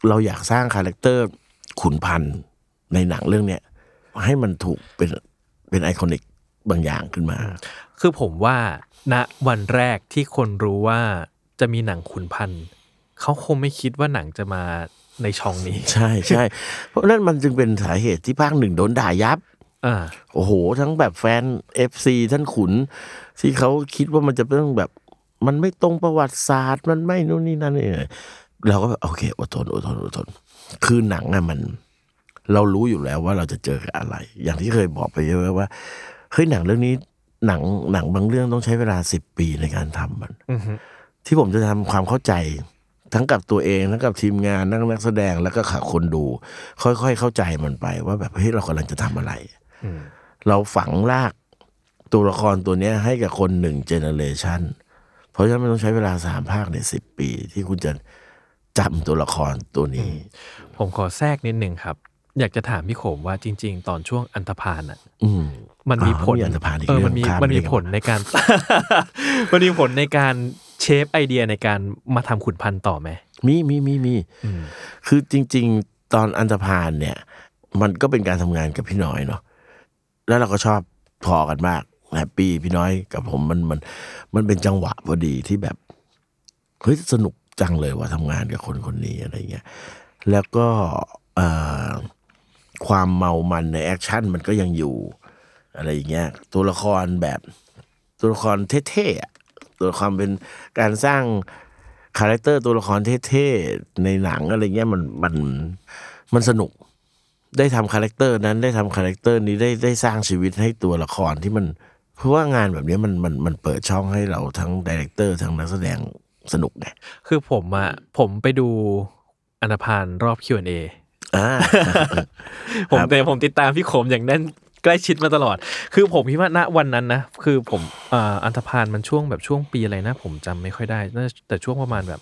เราอยากสร้างคาแรคเตอร์ขุนพันธ์ในหนังเรื่องเนี้ยให้มันถูกเป็นไอคอนิกบางอย่างขึ้นมาคือผมว่าณวันแรกที่คนรู้ว่าจะมีหนังขุนพันธ์เขาคงไม่คิดว่าหนังจะมาในช่องนี้ใช่ใช่เพราะนั่นมันจึงเป็นสาเหตุที่ภาคหนึ่งโดนด่ายับโอ้โหทั้งแบบแฟน FC ท่านขุนที่เขาคิดว่ามันจะเป็นแบบมันไม่ตรงประวัติศาสตร์มันไม่นู่นนี่นั่นนี่เราก็แบบโอเคอดทนคือหนังอะมันเรารู้อยู่แล้วว่าเราจะเจอกับอะไรอย่างที่เคยบอกไปเยอะว่าเฮ้ยหนังเรื่องนี้หนังบางเรื่องต้องใช้เวลา10 ปีในการทำมันที่ผมจะทำความเข้าใจทั้งกับตัวเองทั้งกับทีมงานนักแสดงแล้วก็คนดูค่อยๆเข้าใจมันไปว่าแบบเฮ้ยเรากำลังจะทำอะไรเราฝังรากตัวละครตัวนี้ให้กับคน1 เจเนอเรชันเพราะฉะนั้นมันต้องใช้เวลา3 ภาคใน10 ปีที่คุณจะจำตัวละครตัวนี้ผมขอแทรกนิดนึงครับอยากจะถามพี่โขมว่าจริงๆตอนช่วงอันธพาลอ่ะมันมีผลมันมีผลในการ มันมีผลในการเชฟไอเดียในการมาทำขุนพันธ์ต่อไหมมีคือจริงๆตอนอันธพาลเนี่ยมันก็เป็นการทำงานกับพี่น้อยเนาะแล้วเราก็ชอบพอกันมากแฮปปี้พี่น้อยกับผมมันเป็นจังหวะพอดีที่แบบเฮ้ยสนุกจังเลยว่าทำงานกับคนนี้อะไรเงี้ยแล้วก็ความเมามันในแอคชั่นมันก็ยังอยู่อะไรอย่างเงี้ยตัวละครแบบตัวละครเท่ๆตัวละครเป็นการสร้างคาแรคเตอร์ตัวละครเท่ๆในหนังอะไรเงี้ยมันสนุกได้ทำคาแรคเตอร์นั้นได้ทำคาแรคเตอร์นี้ได้สร้างชีวิตให้ตัวละครที่มันเพราะว่างานแบบนี้มันเปิดช่องให้เราทั้งไดเรคเตอร์ทั้งนักแสดงสนุกไงคือผมไปดูอันธพาลรอบ Q&A ผมติดตามพี่โขมอย่างแน่นใกล้ชิดมาตลอดคือผมคิดว่าณวันนั้นนะคือผมอันธพาลมันช่วงปีอะไรนะผมจำไม่ค่อยได้แต่ช่วงประมาณแบบ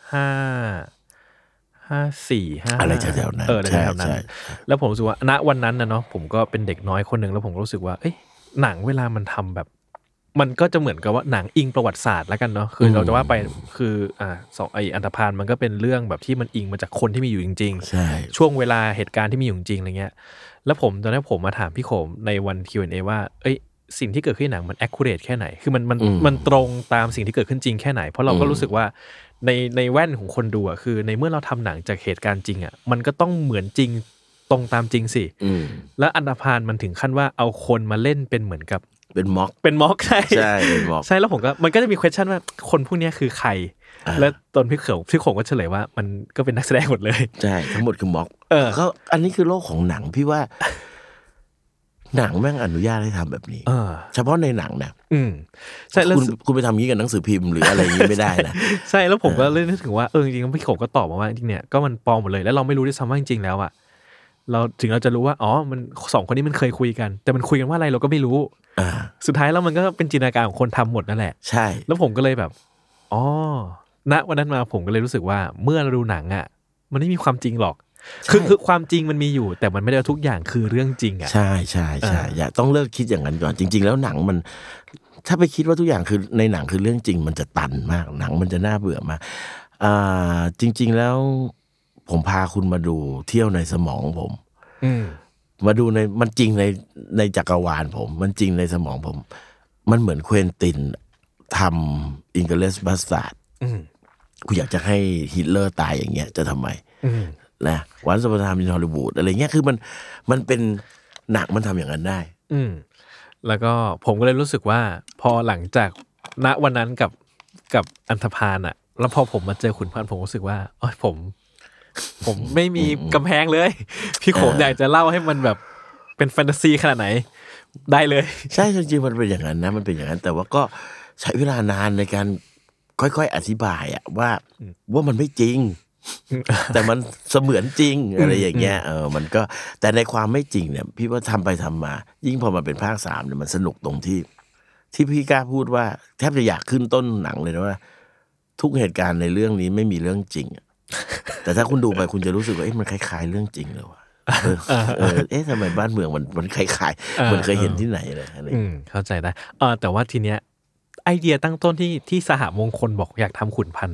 54 อะไรแถวๆนั้นแถวๆนั้นแล้วผมรู้สึกว่าณวันนั้นนะเนาะผมก็เป็นเด็กน้อยคนนึงแล้วผมรู้สึกว่าเอ้ยหนังเวลามันทำแบบมันก็จะเหมือนกับว่าหนังอิงประวัติศาสตร์แล้วกันเนาะคือเราจะว่าไปคือไออันธพาลมันก็เป็นเรื่องแบบที่มันอิงมาจากคนที่มีอยู่จริงๆใช่ช่วงเวลาเหตุการณ์ที่มีอยู่จริงอะไรเงี้ยแล้วตอนนั้นผมมาถามพี่โขมในวัน Q&A ว่าเอ้ยสิ่งที่เกิดขึ้นในหนังมัน accurate แค่ไหนคือมันตรงตามสิ่งที่เกิดขึ้นจริงแค่ไหนเพราะเราก็รู้สึกว่าในแว่นของคนดูอ่ะคือในเมื่อเราทำหนังจากเหตุการณ์จริงอ่ะมันก็ต้องเหมือนจริงตรงตามจริงสิแล้วอันธพาลมันถึงขั้นว่าเอาคนมาเล่นเป็นเหมือนกับเป็นม็อกใช่เป็นม็อกใช่แล้วมันก็จะมี question ว่าคนพวกนี้คือใครแล้วตอนพี่โขงก็เฉลยว่ามันก็เป็นนักแสดงหมดเลยใช่ทั้งหมดคือม็อกก็อันนี้คือโลกของหนังพี่ว่าหนังแม่งอนุญาตให้ทำแบบนี้เฉพาะในหนังนะใช่แล้วคุณไปทำงี้กับหนังสือพิมพ์หรืออะไรอย่างงี้ไม่ได้นะใช่แล้วผมก็เลยนึกถึงว่าจริงๆพี่โขงก็ตอบมาว่าจริงๆเนี่ยก็มันปลอมหมดเลยแล้วเราไม่รู้ด้วยซ้ำว่าจริงๆแล้วอ่ะเราถึงเราจะรู้ว่ามัน2คนนี้มันเคยคุยกันแต่มันคุยกันว่าอะไรเราก็ไม่รู้สุดท้ายแล้วมันก็เป็นจินตนาการของคนทำหมดนั่นแหละใช่แล้วผมก็เลยแบบณวันนั้นมาผมก็เลยรู้สึกว่าเมื่อเราดูหนังอ่ะมันไม่มีความจริงหรอกคือความจริงมันมีอยู่แต่มันไม่ได้ทุกอย่างคือเรื่องจริงอ่ะใช่อย่าต้องเลิกคิดอย่างนั้นก่อนจริงๆแล้วหนังมันถ้าไปคิดว่าทุกอย่างคือในหนังคือเรื่องจริงมันจะตันมากหนังมันจะน่าเบื่อมากจริงๆแล้วผมพาคุณมาดูเที่ยวในสมองผมมาดูในมันจริงในจักรวาลผมมันจริงในสมองผมมันเหมือนเควินตินทำอิงเกลสบัสตาร์ดกูอยากจะให้ฮิตเลอร์ตายอย่างเงี้ยจะทำไมนะวันสปาร์ตามในฮอลลีวูดอะไรเงี้ยคือมันเป็นหนักมันทำอย่างนั้นได้แล้วก็ผมก็เลยรู้สึกว่าพอหลังจากณวันนั้นกับอันธพาลอ่ะแล้วพอผมมาเจอขุนพันธ์ผมรู้สึกว่าผมไม่มีกำแพงเลยพี่โขมอยากจะเล่าให้มันแบบเป็นแฟนตาซีขนาดไหนได้เลยใช่จริงๆมันเป็นอย่างนั้นนะมันเป็นอย่างนั้นแต่ว่าก็ใช้เวลานานในการค่อยๆอธิบายอะว่ามันไม่จริงแต่มันเสมือนจริงอะไรอย่างเงี้ยมันก็แต่ในความไม่จริงเนี่ยพี่ว่าทำไปทำมายิ่งพอมาเป็นภาค3เนี่ยมันสนุกตรงที่พี่กล้าพูดว่าแทบจะอยากขึ้นต้นหนังเลยนะว่าทุกเหตุการณ์ในเรื่องนี้ไม่มีเรื่องจริงแต่ถ้าคุณดูไปคุณจะรู้สึกว่ามันคล้ายๆเรื่องจริงเลยว่ะทำไมบ้านเมืองมันคล้ายๆมันเคยเห็นที่ไหนเลยอะไรเข้าใจได้แต่ว่าทีเนี้ยไอเดียตั้งต้นที่สหมงคลบอกอยากทำขุนพันธ์อ่ะ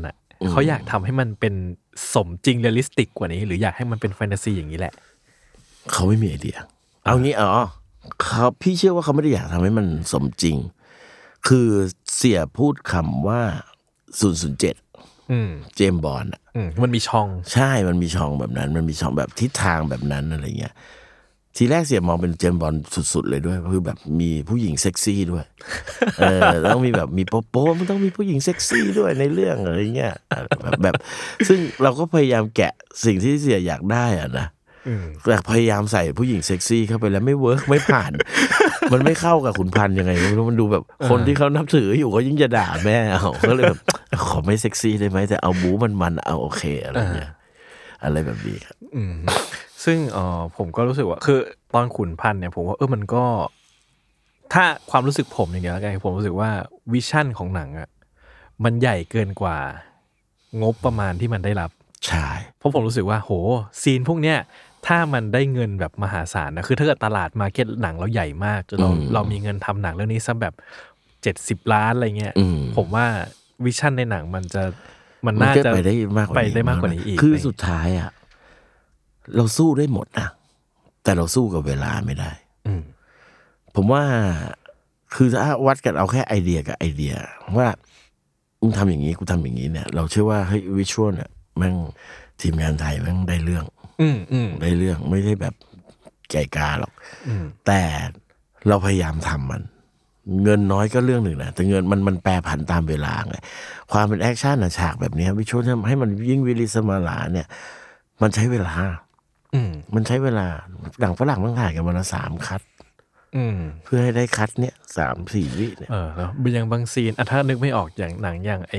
เขาอยากทำให้มันเป็นสมจริงเรียลลิสติกกว่านี้หรืออยากให้มันเป็นแฟนตาซีอย่างนี้แหละเขาไม่มีไอเดียเอางี้เขาพี่เชื่อว่าเขาไม่ได้อยากทำให้มันสมจริงคือเสียพูดคำว่า007เจมส์บอนด์มันมีช่องใช่มันมีช่องแบบนั้นมันมีช่องแบบทิศทางแบบนั้นอะไรเงี้ยทีแรกเสียมองเป็นเจมส์บอนด์สุดๆเลยด้วยคือแบบมีผู้หญิงเซ็กซี่ด้วยต้องมีแบบมีโป๊ะมันต้องมีผู้หญิงเซ็กซี่ด้วยในเรื่องอะไรเงี้ยแบบซึ่งเราก็พยายามแกะสิ่งที่เสียอยากได้อ่ะนะแต่พยายามใส่ผู้หญิงเซ็กซี่เข้าไปแล้วไม่เวิร์กไม่ผ่าน มันไม่เข้ากับขุนพันธ์ยังไงไม่รู้มันดูแบบคนที่เขานับถืออยู่เขายิ่งจะด่าแม่เอาก็เลยแบบขอไม่เซ็กซี่ได้ไหมแต่เอาบู๊มันเอาโอเคอะไรเงี้ยอะไรแบบนี้ครับซึ่งผมก็รู้สึกว่าคือตอนขุนพันธ์เนี่ยผมว่ามันก็ถ้าความรู้สึกผมอย่างเงี้ยแล้วกันผมรู้สึกว่าวิชั่นของหนังอ่ะมันใหญ่เกินกว่างบประมาณที่มันได้รับใช่เพราะผมรู้สึกว่าโหซีนพวกเนี้ยถ้ามันได้เงินแบบมหาศาลนะคือถ้าเกิดตลาดมาร์เก็ตหนังเราใหญ่มากจนเรามีเงินทำหนังเรื่องนี้สักแบบ70 ล้านอะไรเงี้ยผมว่าวิชั่นในหนังมันน่าจะไปได้มากกว่านี้อีกคือสุดท้ายอ่ะเราสู้ได้หมดนะแต่เราสู้กับเวลาไม่ได้ผมว่าคือถ้าวัดกันเอาแค่ไอเดียกับไอเดียว่ามึงทำอย่างนี้กูทำอย่างนี้เนี่ยเราเชื่อว่าเฮ้ยวิชวลเนี่ยแม่งทีมงานไทยแม่งได้เรื่องได้เรื่องไม่ได้แบบไก่กาหรอกแต่เราพยายามทำมันเงินน้อยก็เรื่องหนึ่งนะแต่เงินมันแปรผันตามเวลาไงความเป็นแอคชั่นฉากแบบนี้วิชวลให้มันยิ่งวิริสมาลาเนี่ยมันใช้เวลามันใช้เวลาหนังฝรั่งต้องถ่ายกันวันละ3 คัทเพื่อให้ได้คัทเนี่ย3-4 วิเนี่ยแล้วอย่างบางซีนถ้านึกไม่ออกอย่างหนังอย่างไอ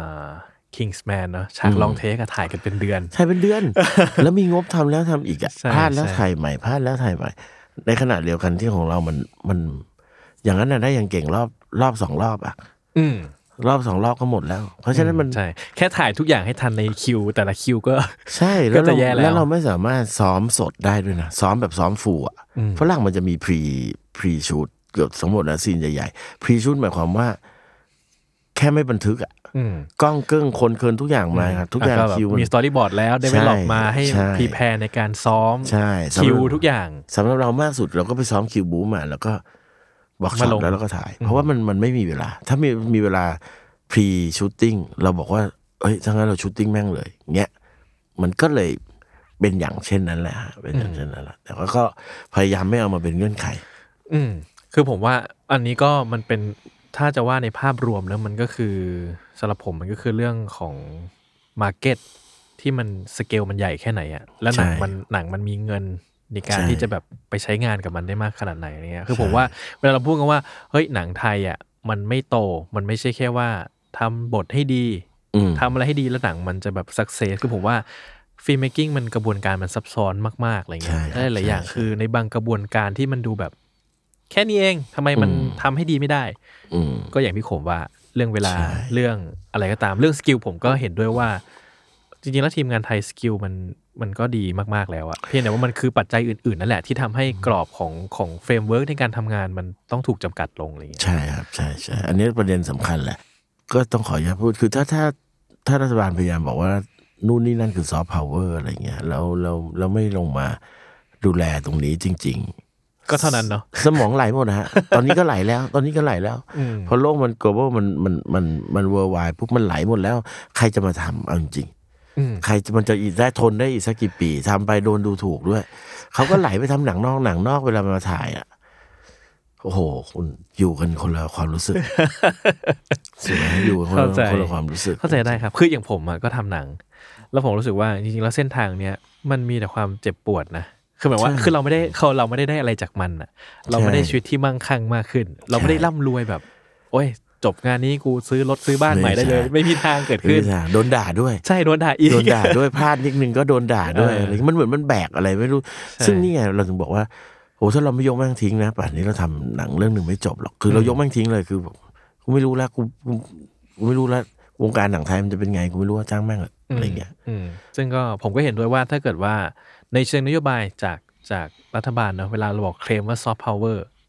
Kingsman เนาะฉากลองเทคถ่ายกันเป็นเดือนถ่ายเป็นเดือน แล้วมีงบทำแล้วทำอีกพลาดแล้วถ่ายใหม่พลาดแล้วถ่ายใหม่ในขณะเดียวกันที่ของเรามันอย่างนั้นได้อย่างเก่งรอบ2 รอบรอบ2 รอบก็หมดแล้วเพราะฉะนั้นมันใช่แค่ถ่ายทุกอย่างให้ทันในคิวแต่ละคิวก็ใช่แล้วจะแย่แล้วเราไม่สามารถซ้อมสดได้ด้วยนะซ้อมแบบซ้อมฟูลฝรั่งมันจะมีพรีชูตเกือบทั้งหมดนะซีนใหญ่ๆพรีชูตหมายความว่าแค่ไม่บันทึกกล้องเกิ้งคนเคินทุกอย่างมาครับทุกอย่างคิวมีสตอรี่บอร์ดแล้วได้ไม่หลอกมาให้พรีแพร์ในการซ้อมคิวทุกอย่างสำหรับเรามากสุดเราก็ไปซ้อมคิวบู๊มาแล้วก็บอกช็อตแล้วเราก็ถ่ายเพราะว่ามันไม่มีเวลาถ้ามีเวลาพรีชูตติ้งเราบอกว่าเอ้ยถ้างั้นเราชูตติ้งแม่งเลยเงี้ยมันก็เลยเป็นอย่างเช่นนั้นแหละเป็นอย่างเช่นนั้นแหละแต่ก็พยายามไม่เอามาเป็นเงื่อนไขคือผมว่าอันนี้ก็มันเป็นถ้าจะว่าในภาพรวมแล้วมันก็คือสำหรับผมมันก็คือเรื่องของมาร์เก็ตที่มันสเกลมันใหญ่แค่ไหนอ่ะแล้วหนังมันมีเงินในการที่จะแบบไปใช้งานกับมันได้มากขนาดไหนอะไรเงี้ยคือผมว่าเวลาเราพูดกันว่าเฮ้ยหนังไทยอ่ะมันไม่โตมันไม่ใช่แค่ว่าทำบทให้ดีทำอะไรให้ดีแล้วหนังมันจะแบบสักเซสคือผมว่าฟิล์มเมคกิ้งมันกระบวนการมันซับซ้อนมากๆอะไรเงี้ยหลายอย่างคือในบางกระบวนการที่มันดูแบบแค่นี้เองทำไมมันทำให้ดีไม่ได้ก็อย่างที่ผมว่าเรื่องเวลาเรื่องอะไรก็ตามเรื่องสกิลผมก็เห็นด้วยว่าจริงๆแล้วทีมงานไทยสกิลมันก็ดีมากๆแล้วอะเพียงแต่ว่ามันคือปัจจัยอื่นๆนั่นแหละที่ทำให้กรอบของเฟรมเวิร์กในการทำงานมันต้องถูกจำกัดลงอะไรอย่างเงี้ยใช่ครับใช่อันนี้ประเด็นสำคัญแหละก็ต้องขออนุญาตพูดคือถ้ารัฐบาลพยายามบอกว่านู่นนี่นั่นคือซอฟต์พาวเวอร์อะไรเงี้ยแล้วไม่ลงมาดูแลตรงนี้จริงๆก็เท่านั้นเนาะสมองไหลหมดนะฮะตอนนี้ก็ไหลแล้วพอโลกมัน global มัน worldwide ปุ๊บมันไหลหมดแล้วใครจะมาทำเอาจริงใครมันจะได้ทนได้อีกสักกี่ปีทำไปโดนดูถูกด้วยเขาก็ไหลไปทำหนังนอกเวลามาถ่ายอ่ะโอ้โหคุณอยู่กันคนละความรู้สึกอยู่คนละความรู้สึกเข้าใจได้ครับคืออย่างผมก็ทำหนังแล้วผมรู้สึกว่าจริงๆแล้วเส้นทางเนี้ยมันมีแต่ความเจ็บปวดนะคือหมายว่าคือเราไม่ได้อะไรจากมันอ่ะเราไม่ได้ชีวิตที่มั่งคั่งมากขึ้นเราไม่ได้ร่ำรวยแบบโอ้ยจบงานนี้กูซื้อรถซื้อบ้านใหม่ได้เลยไม่มีทางเกิดขึ้นโดนด่าด้วยใช่โดนด่าอีกโดนด่าด้วยพลาดนิดนึงก็โดนด่าด้วยอะไรมันเหมือนมันแบกอะไรไม่รู้ซึ่งนี่ไงเราถึงบอกว่าโหถ้าเราไม่ยกแม่งทิ้งนะป่านนี้เราทำหนังเรื่องนึงไม่จบหรอกคือเรายกแม่งทิ้งเลยคือกูไม่รู้แล้วกูไม่รู้แล้ววงการหนังไทยมันจะเป็นไงกูไม่รู้ว่าจ้างแม่งอะไรเงี้ยซึ่งก็ผมก็เห็นด้วยว่าถ้าเกิดว่าในเชิงนโยบายจากรัฐบาลเนาะเวลาเราบอกเคลมว่าซอฟต์พาวเวอร์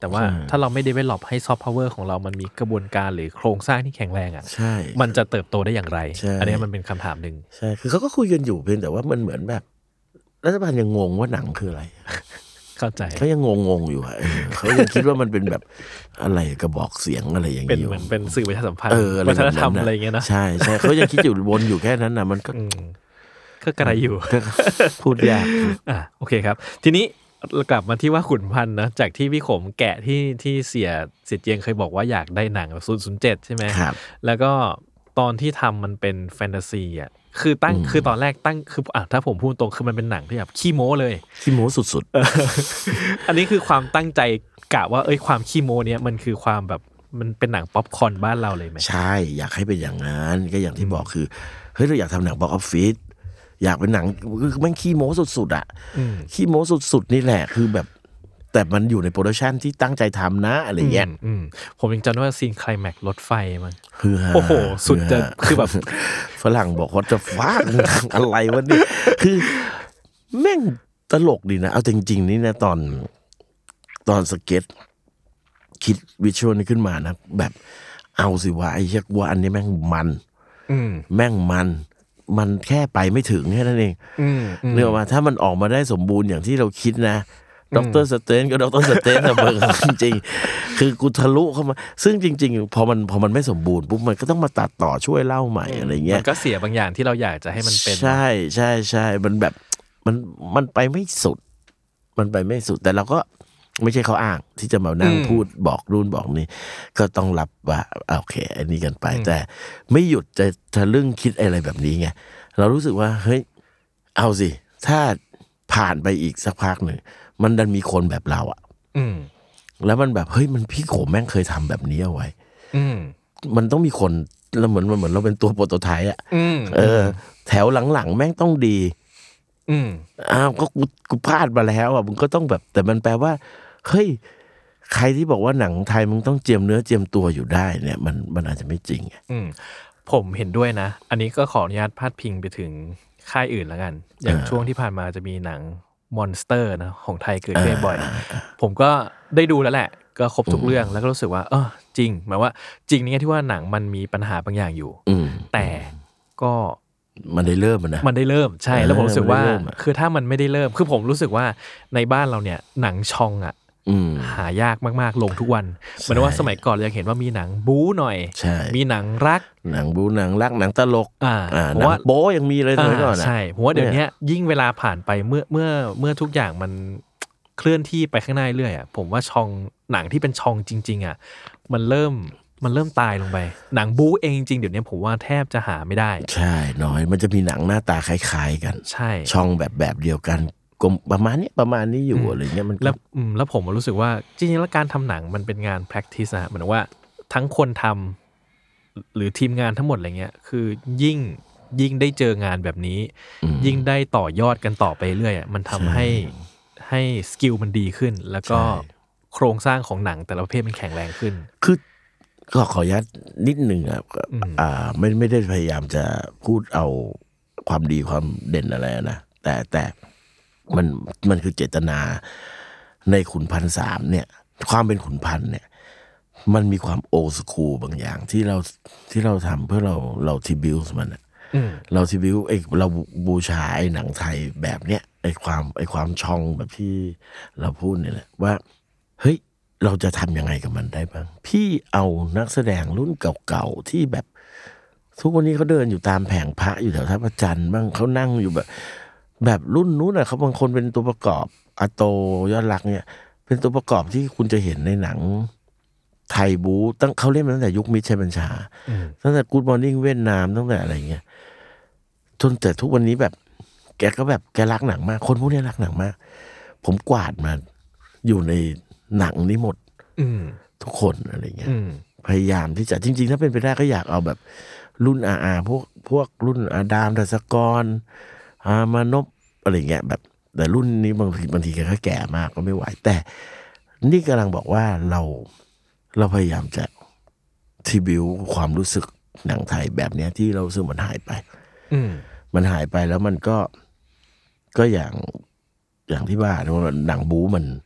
แต่ว่าถ้าเราไม่ develop ให้ soft power ของเรามันมีกระบวนการหรือโครงสร้างที่แข็งแรงอ่ะใช่มันจะเติบโตได้อย่างไรอันนี้มันเป็นคำถามนึงใช่คือเขาก็คุยกันอยู่เพียงแต่ว่ามันเหมือนแบบรัฐบาลยังงงว่าหนังคืออะไรเข้าใจเขายังงงอยู่เขายังคิดว่ามันเป็นแบบอะไรกระบอกเสียงอะไรอย่างเงี้ยเป็นเหมือนเป็นสื่อประชาสัมพันธ์วัฒนธรรมอะไรเงี้ยนะใช่ใช่เขายังคิดอยู่วนอยู่แค่นั้นนะมันก็กระไรอยู่พูดยากโอเคครับทีนี้กลับมาที่ว่าขุนพันธ์นะจากที่พี่ขมแกะที่เสียเจียงเคยบอกว่าอยากได้หนังแบบ007ใช่ไหมครับแล้วก็ตอนที่ทำมันเป็นแฟนตาซีอ่ะคือตอนแรกตั้งคือถ้าผมพูดตรงคือมันเป็นหนังที่แบบขี้โม้เลยขี้โม้สุดๆ อันนี้คือความตั้งใจกะว่าความขี้โม้เนี้ยมันคือความแบบมันเป็นหนังป๊อปคอร์นบ้านเราเลยไหมใช่อยากให้เป็นอย่างนั้นก็อย่างที่บอกคือเฮ้ยเราอยากทำหนังบ็อกซ์ออฟฟิศอยากเป็นหนังคือมันขี้โม้สุดๆอ่ะขี้โม้สุดๆนี่แหละคือแบบแต่มันอยู่ในโปรดักชันที่ตั้งใจทำนะอะไรเงี้ยผมยังจำได้ว่าซีนไคลแม็กซ์รถไฟมันโอ้โหสุดจะคือแบบฝรั่งบอกว่าจะฟาดอะไรวะเนี่ยคือแม่งตลกดีนะเอาจริงๆนี่นะตอนสเก็ตคิดวิชวลนี้ขึ้นมานะแบบเอาสิว่าไอ้เหี้ยว่าอันนี้แม่งแม่งมันแค่ไปไม่ถึงแค่นั้นเองเนื่องว่าถ้ามันออกมาได้สมบูรณ์อย่างที่เราคิดนะด็อกเตอร์สเตนก็ด็อกเตอร์สเตนนะเบิ่งจริงๆคือกูทะลุเข้ามาซึ่งจริงๆพอมันไม่สมบูรณ์ปุ๊บมันก็ต้องมาตัดต่อช่วยเล่าใหม่อะไรเงี้ยมันก็เสียบางอย่างที่เราอยากจะให้มันเป็นใช่ใช่ใช่มันแบบมันไปไม่สุดแต่เราก็ไม่ใช่เขาอ้างที่จะมานั่งพูดบอกรุ่นบอกนี่ก็ต้องรับว่าโอเคอันนี้กันไปแต่ไม่หยุดจะทะลึ่งคิดอะไรแบบนี้ไงเรารู้สึกว่าเฮ้ยเอาสิถ้าผ่านไปอีกสักพักหนึ่งมันดันมีคนแบบเราอ่ะแล้วมันแบบเฮ้ยมันพี่โขมแม่งเคยทำแบบนี้เอาไว้มันต้องมีคนเราเหมือนเราเป็นตัวโปรโตไทป์อ่ะแถวหลังๆแม่งต้องดีก็กูพลาดมาแล้วอ่ะมึงก็ต้องแบบแต่มันแปลว่าเฮ้ยใครที่บอกว่าหนังไทยมึงต้องเจียมเนื้อเจียมตัวอยู่ได้เนี่ยมันอาจจะไม่จริงผมเห็นด้วยนะอันนี้ก็ขออนุญาตพาดพิงไปถึงค่ายอื่นแล้วกันอย่างช่วงที่ผ่านมาจะมีหนังมอนสเตอร์นะของไทยเกิดขึ้นบ่อยผมก็ได้ดูแล้วแหละก็ครบทุกเรื่องแล้วก็รู้สึกว่าจริงหมายว่าจริงนี่ที่ว่าหนังมันมีปัญหาบางอย่างอยู่แต่ก็มันได้เริ่มนะมันได้เริ่มใช่แล้วผมรู้สึกว่าคือถ้ามันไม่ได้เริ่มคือผมรู้สึกว่าในบ้านเราเนี่ยหนังชองอ่ะหายากมากๆลงทุกวันเหมือนว่าสมัยก่อนเรายังเห็นว่ามีหนังบู๊หน่อยมีหนังรักหนังบู๊หนังรักหนังตลกหนังโป๊ยังมีเลยสมัยก่อนใช่ผมว่าเดี๋ยวนี้ยิ่งเวลาผ่านไปเมื่อทุกอย่างมันเคลื่อนที่ไปข้างหน้าเรื่อยอ่ะผมว่าชองหนังที่เป็นชองจริงๆอ่ะมันเริ่มตายลงไปหนังบู๊เองจริงเดี๋ยวนี้ผมว่าแทบจะหาไม่ได้ใช่น้อยมันจะมีหนังหน้าตาคล้ายๆกันใช่ช่องแบบเดียวกันประมาณนี้อยู่อะไรเงี้ยมันแล้วผมรู้สึกว่าจริงๆแล้วการทำหนังมันเป็นงาน practice นะเหมือนว่าทั้งคนทำหรือทีมงานทั้งหมดอะไรเงี้ยคือยิ่งได้เจองานแบบนี้ยิ่งได้ต่อยอดกันต่อไปเรื่อยมันทำให้สกิลมันดีขึ้นแล้วก็โครงสร้างของหนังแต่ละประเภทมันแข็งแรงขึ้นคือก็ขออนุญาตนิดนึงไม่ได้พยายามจะพูดเอาความดีความเด่นอะไรนะแต่มันคือเจตนาในขุนพันสามเนี่ยความเป็นขุนพันเนี่ยมันมีความโอสคูลบางอย่างที่เราทำเพื่อเราทิบิวส์มันเราทิบิวเราบูชาหนังไทยแบบเนี้ยไอ้ความช่องแบบที่เราพูดเนี่ยแหละว่าเฮ้ยเราจะทำยังไงกับมันได้บ้างพี่เอานักแสดงรุ่นเก่าๆที่แบบทุกวันนี้เขาเดินอยู่ตามแผงพระอยู่แถวท่าพระจันทร์บ้างเขานั่งอยู่แบบรุ่นนู้นเขาบางคนเป็นตัวประกอบอาโตยอดรักเนี่ยเป็นตัวประกอบที่คุณจะเห็นในหนังไทยบู๊ตั้งเขาเล่นมาตั้งแต่ยุคมิตรชัยบัญชาตั้งแต่กู๊ดมอร์นิ่งเวียดนามตั้งแต่อะไรเงี้ยจนแต่ทุกวันนี้แบบแกก็แบบแกรักหนังมากคนพวกนี้รักหนังมากผมกวาดมาอยู่ในหนังนี้หมดทุกคนอะไรเงี้ยพยายามที่จะจริงๆถ้าเป็นไปได้ก็อยากเอาแบบรุ่นพวกรุ่นอาดามดัสกรมานพอะไรเงี้ยแบบแต่รุ่นนี้บางทีแกก็แก่มากก็ไม่ไหวแต่นี่กำลังบอกว่าเราพยายามจะทีบิวความรู้สึกหนังไทยแบบเนี้ยที่เราซึ่งมันหายไปมันหายไปแล้วมันก็อย่างที่ว่าหนังบู๊มันแพ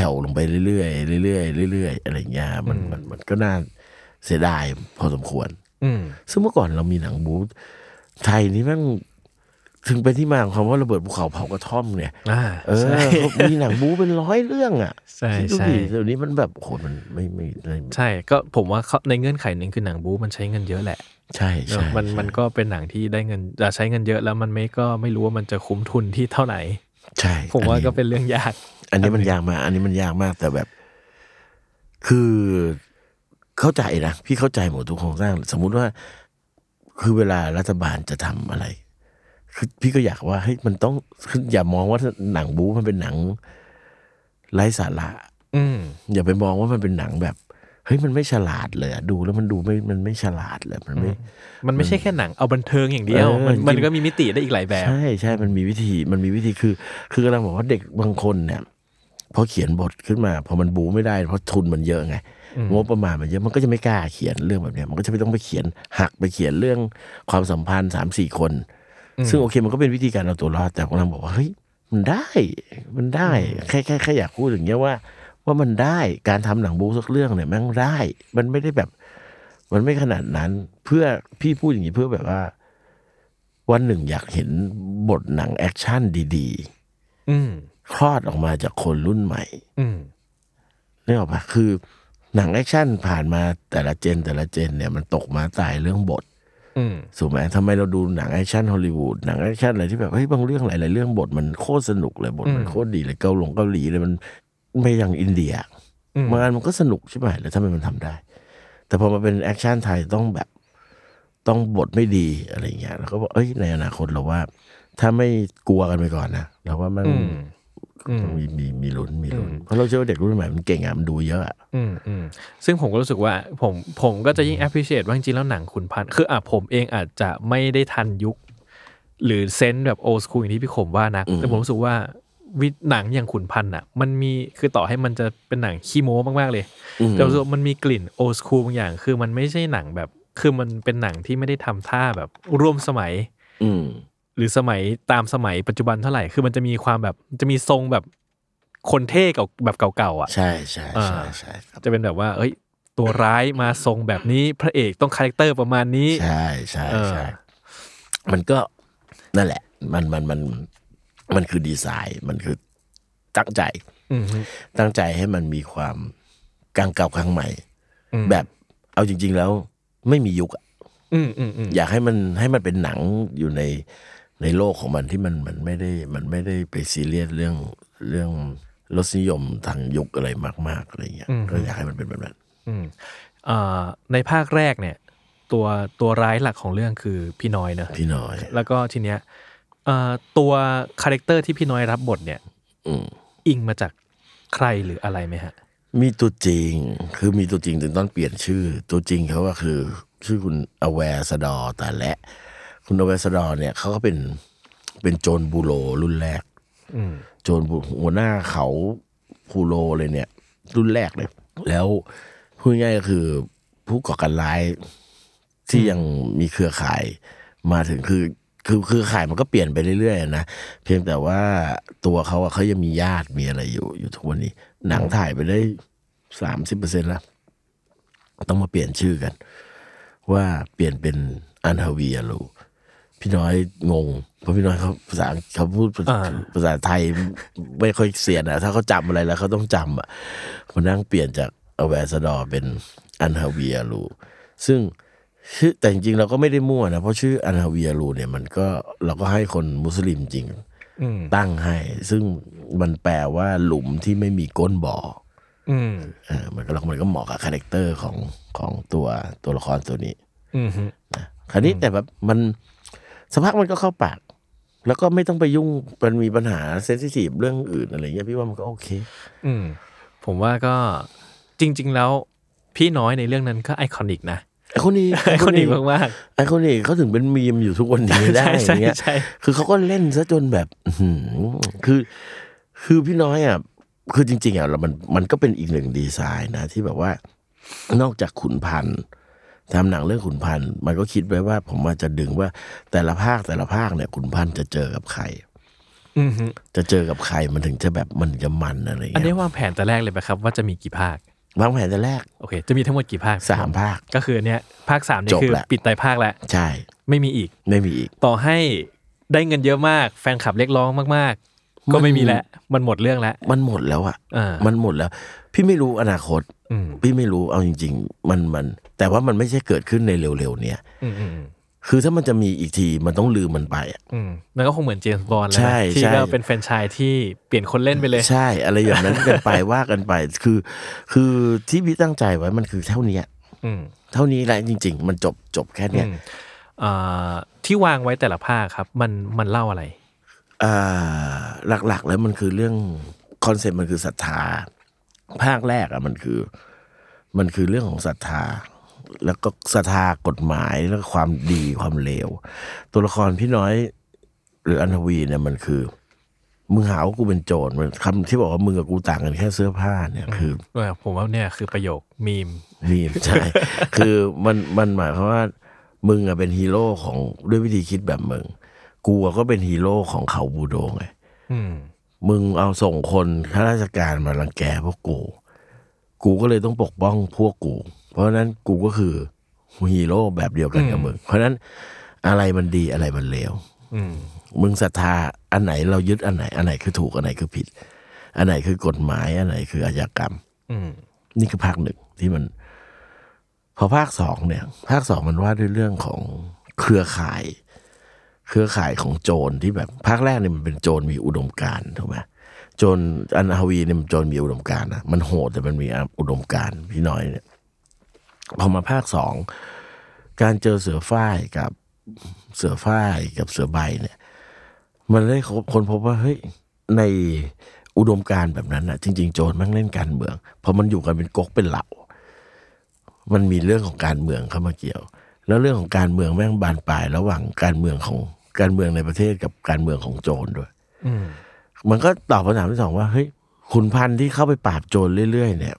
ผ่วลงไปเรื่อยๆเรื่อยๆเรื่อยๆอะไรเงี้ยมันก็น่าเสียดายพอสมควรซึ่งเมื่อก่อนเรามีหนังบู๊ไทยนี่แม่งถึงเป็นที่มาของคำว่าระเบิดภูเขาเผากระท่อมเนี่ยมีหนังบู๊เป็น100เรื่องอ่ะใช่ใช่เดี๋ยวนี้มันแบบโหมันไม่ใช่ก็ผมว่าในเงื่อนไขนึงคือหนังบู๊มันใช้เงินเยอะแหละใช่มันก็เป็นหนังที่ได้เงินจะใช้เงินเยอะแล้วมันไม่รู้ว่ามันจะคุ้มทุนที่เท่าไหร่ใช่ผมว่าก็เป็นเรื่องยากอันนี้มันยากมากแต่แบบคือเข้าใจนะพี่เข้าใจหมดทุกโครงสร้างสมมุติว่าคือเวลารัฐบาลจะทำอะไรคือพี่ก็อยากว่าเฮ้ยมันต้องอย่ามองว่าหนังบู๊มันเป็นหนังไร้สาระอย่าไปมองว่ามันเป็นหนังแบบเฮ้ยมันไม่ฉลาดเลยดูแล้วมันไม่ฉลาดเลยมันไม่ใช่แค่หนังเอาบันเทิงอย่างเดียวมันก็มีมิติได้อีกหลายแบบใช่มันมีวิธีคือกำลังบอกว่าเด็กบางคนเนี่ยพอเขียนบทขึ้นมาพอมันบู๊ไม่ได้เพราะทุนมันเยอะไงงบประมาณมันเยอะมันก็จะไม่กล้าเขียนเรื่องแบบนี้มันก็จะไม่ต้องไปเขียนหักไปเขียนเรื่องความสัมพันธ์ 3-4 คนซึ่งโอเคมันก็เป็นวิธีการเอาตัวรอดแต่กำลังบอกว่าเฮ้ยมันได้แค่อยากพูดอย่างเงี้ยว่ามันได้การทำหนังบู๊สักเรื่องเนี่ยมันได้มันไม่ได้แบบมันไม่ขนาดนั้นเพื่อพี่พูดอย่างนี้เพื่อแบบว่าวันหนึ่งอยากเห็นบทหนังแอคชั่นดีๆคลอดออกมาจากคนรุ่นใหม่นี่ออกปะคือหนังแอคชั่นผ่านมาแต่ละเจนเนี่ยมันตกมาตายเรื่องบทถูกไหมทำไมเราดูหนังแอคชั่นฮอลลีวูดหนังแอคชั่นอะไรที่แบบเฮ้ยบางเรื่องหลายๆเรื่องบทมันโคตรสนุกเลยบทมันโคตรดีเลยเกาหลีเลยมันไม่อย่างอินเดียมันก็สนุกใช่ไหมแล้วทำไมมันทำได้แต่พอมาเป็นแอคชั่นไทยต้องบทไม่ดีอะไรเงี้ยแล้วก็บอกเอ้ยในอนาคตเราว่าถ้าไม่กลัวกันไปก่อนนะเราว่ามันมีลุ้นเพราะเราเชื่อว่าเด็กรุ่นใหม่มันเก่งมันดูเยอะซึ่งผมก็รู้สึกว่าผมก็จะยิ่ง appreciate ว่าจริงๆแล้วหนังขุนพันธ์คือผมเองอาจจะไม่ได้ทันยุคหรือเซนส์แบบ old school อย่างที่พี่ขมว่านะแต่ผมรู้สึกว่าหนังอย่างขุนพันธ์มันมีคือต่อให้มันจะเป็นหนังขี้โม้มากๆเลยแต่รู้สึกมันมีกลิ่น old school บางอย่างคือมันไม่ใช่หนังแบบคือมันเป็นหนังที่ไม่ได้ทำท่าแบบร่วมสมัยหรือสมัยตามสมัยปัจจุบันเท่าไหร่คือมันจะมีความแบบจะมีทรงแบบคนเท่เก่าแบบเก่าๆอ่ะใช่จะเป็นแบบว่าเอ้ยตัวร้ายมาทรงแบบนี้พระเอกต้องคาแรคเตอร์ประมาณนี้ใช่มันก็นั่นแหละมันคือดีไซน์มันคือตั้งใจให้มันมีความกลางเก่ากลางใหม่แบบเอาจริงๆแล้วไม่มียุคอยากให้มันเป็นหนังอยู่ในโลกของมันที่มันไม่ได้ไปซีเรียสเรื่องรสนิยมทางยุคอะไรมากๆอะไรเงี้ยก็อยากให้มันเป็นแบบนั้นในภาคแรกเนี่ยตัวร้ายหลักของเรื่องคือพี่น้อยเนอะพี่น้อยแล้วก็ทีเนี้ยตัวคาแรคเตอร์ที่พี่น้อยรับบทเนี่ยอิงมาจากใครหรืออะไรไหมฮะมีตัวจริงคือมีตัวจริงถึงต้องเปลี่ยนชื่อตัวจริงเขาก็คือชื่อคุณอแวร์สดอแต่และคุณอแวร์สดอเนี่ยเขาก็เป็นโจรบูโรรุ่นแรกโจรหัวหน้าเขาบูโรเลยเนี่ยรุ่นแรกเลยแล้วพูดง่ายก็คือผู้ก่อการร้ายที่ยังมีเครือข่ายมาถึงคือเครือข่ายมันก็เปลี่ยนไปเรื่อยๆนะเพียงแต่ว่าตัวเขายังมีญาติมีอะไรอยู่ทุกวันนี้หนังถ่ายไปได้ 30% แล้วต้องมาเปลี่ยนชื่อกันว่าเปลี่ยนเป็นอันฮาวีอาลูพี่น้อยงงเพราะพี่น้อยเขาพูดภาษาไทยไม่ค่อยเสียนะถ้าเขาจำอะไรแล้วเขาต้องจำมานั่งเปลี่ยนจากอแวร์สดอเป็นอันฮาวีอาลูซึ่งชื่อแต่จริงๆเราก็ไม่ได้มั่วนะเพราะชื่ออันฮาวีอาลูเนี่ยมันก็เราก็ให้คนมุสลิมจริงตั้งให้ซึ่งมันแปลว่าหลุมที่ไม่มีก้นบ่อมันก็เหมาะกับคาแรคเตอร์ของตัวละครตัวนี้นะคราวนี้แต่แบบมันสักพักมันก็เข้าปากแล้วก็ไม่ต้องไปยุ่งมันมีปัญหาเซนซิทีฟเรื่องอื่นอะไรเงี้ยพี่ว่ามันก็โอเคผมว่าก็จริงๆแล้วพี่น้อยในเรื่องนั้นก็ไอคอนิกนะไอคอนิกมากไอคอนิกเขาถึงเป็นมีมอยู่ทุกวันนี้ได้อย่างเงี้ยคือเขาก็เล่นซะจนแบบคือพี่น้อยคือจริงๆมันก็เป็นอีกหนึ่งดีไซน์นะที่แบบว่านอกจากขุนพันธ์ทำหนังเรื่องขุนพันธ์มันก็คิดไว้ว่าผมอาจจะดึงว่าแต่ละภาคเนี่ยขุนพันธ์จะเจอกับใครจะเจอกับใครมันถึงจะแบบมันจะมันอะไรอย่างอันเงี้นี้ยวางแผนแต่แรกเลยไหมครับว่าจะมีกี่ภาควางแผนแต่แรกโอเคจะมีทั้งหมดกี่ภาค 3 ภาคก็คือเนี้ยภาค3เนี่ยจบคือแล้วปิดไตรภาคแล้วใช่ไม่มีอีก ต่อให้ได้เงินเยอะมากแฟนคลับเรียกร้องมากๆก็ไม่มีแล้วมันหมดเรื่องแล้วมันหมดแล้วอ่ะามันหมดแล้ว พี่ไม่รู้อนาคต พี่ไม่รู้เอาจริงๆมันแต่ว่ามันไม่ใช่เกิดขึ้นในเร็วๆเนี้ยคือถ้ามันจะมีอีกทีมันต้องลืมมันไปอ่ะนั่นก็คงเหมือนเจมส์บอนด์แล้วใช่นะที่ใช่ก็เป็นแฟรนไชส์ที่เปลี่ยนคนเล่นไปเลยใช่อะไรอย่างนั้นกันไป ว่ากันไปคือที่พี่ตั้งใจไว้มันคือเท่านี้เท่านี้แหละจริงๆมันจบแค่เนี้ยที่วางไว้แต่ละภาคครับมันเล่าอะไรหลักๆแล้วมันคือเรื่องคอนเซ็ปต์มันคือศรัทธาภาคแรกอ่ะมันคือเรื่องของศรัทธาแล้วก็ศรัทธากฎหมายแล้วก็ความดีความเลวตัวละครพี่น้อยหรืออันทวีเนี่ยมันคือมึงหาว่ากูเป็นโจรมันคำที่บอกว่ามึงกับกูต่างกันแค่เสื้อผ้าเนี่ยคือผมว่าเนี่ยคือประโยคมีมใช่ คือมันหมายความว่ามึงอะเป็นฮีโร่ของด้วยวิธีคิดแบบมึงกูก็เป็นฮีโร่ของเขาบูโดไงมึงเอาส่งคนข้าราชการมารังแกพวกกูก็เลยต้องปกป้องพวกกูเพราะฉะนั้นกูก็คือฮีโร่แบบเดียวกันกับมึงเพราะฉะนั้นอะไรมันดีอะไรมันเลวมึงศรัทธาอันไหนเรายึดอันไหนคือถูกอันไหนคือผิดอันไหนคือกฎหมายอันไหนคืออาชญากรรมนี่คือภาค 1ที่มันพอภาค 2เนี่ยภาค 2มันว่าด้วยเรื่องของเครือข่ายของโจรที่แบบภาคแรกเนี่ยมันเป็นโจรมีอุดมการณ์ถูกไหมโจรอันฮาวีเนี่ยมันโจรมีอุดมการณ์นะมันโหดแต่มันมีอุดมการณ์พี่น้อยเนี่ยพอมาภาค 2การเจอเสือฝ้ายกับเสือใบเนี่ยมันได้คนพบว่าเฮ้ยในอุดมการณ์แบบนั้นนะจริงๆโจรแม่งเล่นการเมืองพอมันอยู่กันเป็นก๊กเป็นเหล่ามันมีเรื่องของการเมืองเข้ามาเกี่ยวแล้วเรื่องของการเมืองแม่งบานปลายระหว่างการเมืองในประเทศกับการเมืองของโจรด้วยมันก็ตอบคำถามที่ 2ว่าเฮ้ยขุนพันธ์ที่เข้าไปปราบโจรเรื่อยๆเนี่ย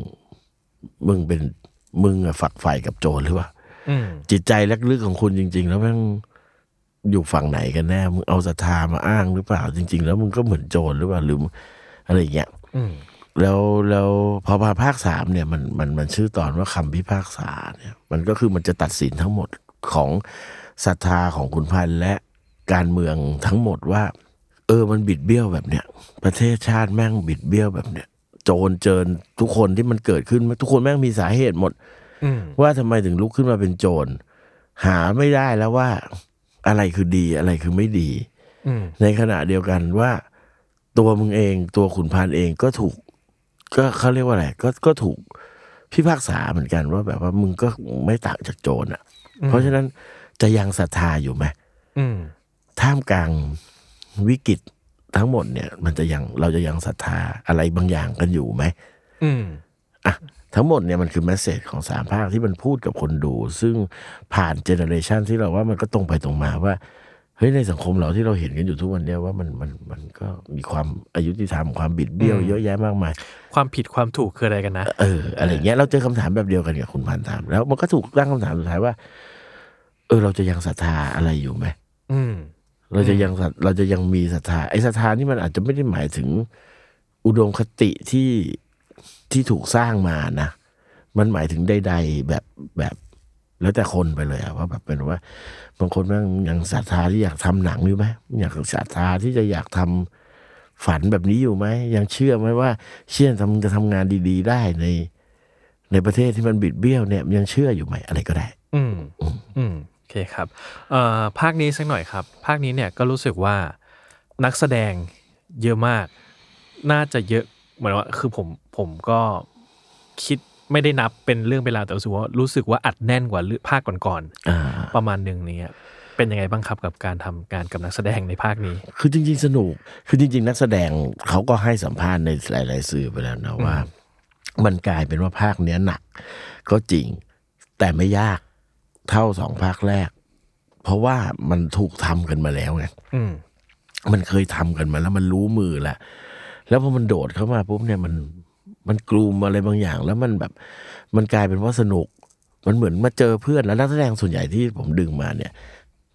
มึงอะฝักใฝ่กับโจรหรือเปล่าจิตใจลึกๆของคุณจริงๆแล้วแม่งอยู่ฝั่งไหนกันแน่มึงเอาศรัทธามาอ้างหรือเปล่าจริงๆแล้วมึงก็เหมือนโจรหรือเปล่าหรืออะไรอย่างเงี้ยแล้วพอมาภาค 3เนี่ยมันชื่อตอนว่าคำพิพากษาเนี่ยมันก็คือมันจะตัดสินทั้งหมดของศรัทธาของขุนพันธ์และการเมืองทั้งหมดว่ามันบิดเบี้ยวแบบเนี้ยประเทศชาติแม่งบิดเบี้ยวแบบเนี้ยโจรเจิญทุกคนที่มันเกิดขึ้นทุกคนแม่งมีสาเหตุหมดว่าทำไมถึงลุกขึ้นมาเป็นโจรหาไม่ได้แล้วว่าอะไรคือดีอะไรคือไม่ดีในขณะเดียวกันว่าตัวมึงเองตัวขุนพันธ์เองก็ถูกก็เขาเรียกว่าอะไรก็ถูกพิพากษาเหมือนกันว่าแบบว่ามึงก็ไม่ต่างจากโจรอ่ะเพราะฉะนั้นจะยังศรัทธาอยู่ไหมท่ามกลางวิกฤตทั้งหมดเนี่ยเราจะยังศรัทธาอะไรบางอย่างกันอยู่ไหมทั้งหมดเนี่ยมันคือแมสเสจของ3ภาคที่มันพูดกับคนดูซึ่งผ่านเจเนอเรชันที่เราว่ามันก็ตรงไปตรงมาว่าเฮ้ยในสังคมเราที่เราเห็นกันอยู่ทุกวันเนี้ยว่ามันก็มีความอยุติธรรมความบิดเบี้ยวเยอะแยะมากมายความผิดความถูกคืออะไรกันนะอะไรเงี้ยเราเจอคำถามแบบเดียวกันกับคุณพันธ์ถามแล้วมันก็ถูกตั้งคำถามสุดท้ายว่าเราจะยังศรัทธาอะไรอยู่ไหมเราจะยังมีศรัทธาไอ้ศรัทธานี่มันอาจจะไม่ได้หมายถึงอุดมคติที่ถูกสร้างมานะมันหมายถึงใดๆแบบแล้วแต่คนไปเลยว่าแบบเป็นว่าบางคนแม่งยังศรัทธาที่อยากทำหนังอยู่ไหมอยากศรัทธาที่จะอยากทำฝันแบบนี้อยู่ไหมยังเชื่อไหมว่าจะทำงานดีๆได้ในประเทศที่มันบิดเบี้ยวเนี่ยยังเชื่ออยู่ไหมอะไรก็ได้โอเคครับภาคนี้สักหน่อยครับภาคนี้เนี่ยก็รู้สึกว่านักแสดงเยอะมากน่าจะเยอะเหมือนว่าคือผมก็คิดไม่ได้นับเป็นเรื่องเวลาแต่รู้สึกว่าอัดแน่นกว่าภาคก่อนๆประมาณนึงเนี่ยเป็นยังไงบ้างครับกับการทำงานกับนักแสดงในภาคนี้คือจริงๆสนุกคือจริงๆนักแสดงเขาก็ให้สัมภาษณ์ในหลายๆสื่อไปแล้วนะว่ามันกลายเป็นว่าภาคเนี้ยหนักก็จริงแต่ไม่ยากเท่า2ภาคแรกเพราะว่ามันถูกทำกันมาแล้วไงมันเคยทำกันมาแล้วมันรู้มือแล้วพอมันโดดเข้ามาปุ๊บเนี่ยมันกลุ่มอะไรบางอย่างแล้วมันแบบมันกลายเป็นว่าสนุกมันเหมือนมาเจอเพื่อนแล้วนักแสดงส่วนใหญ่ที่ผมดึงมาเนี่ย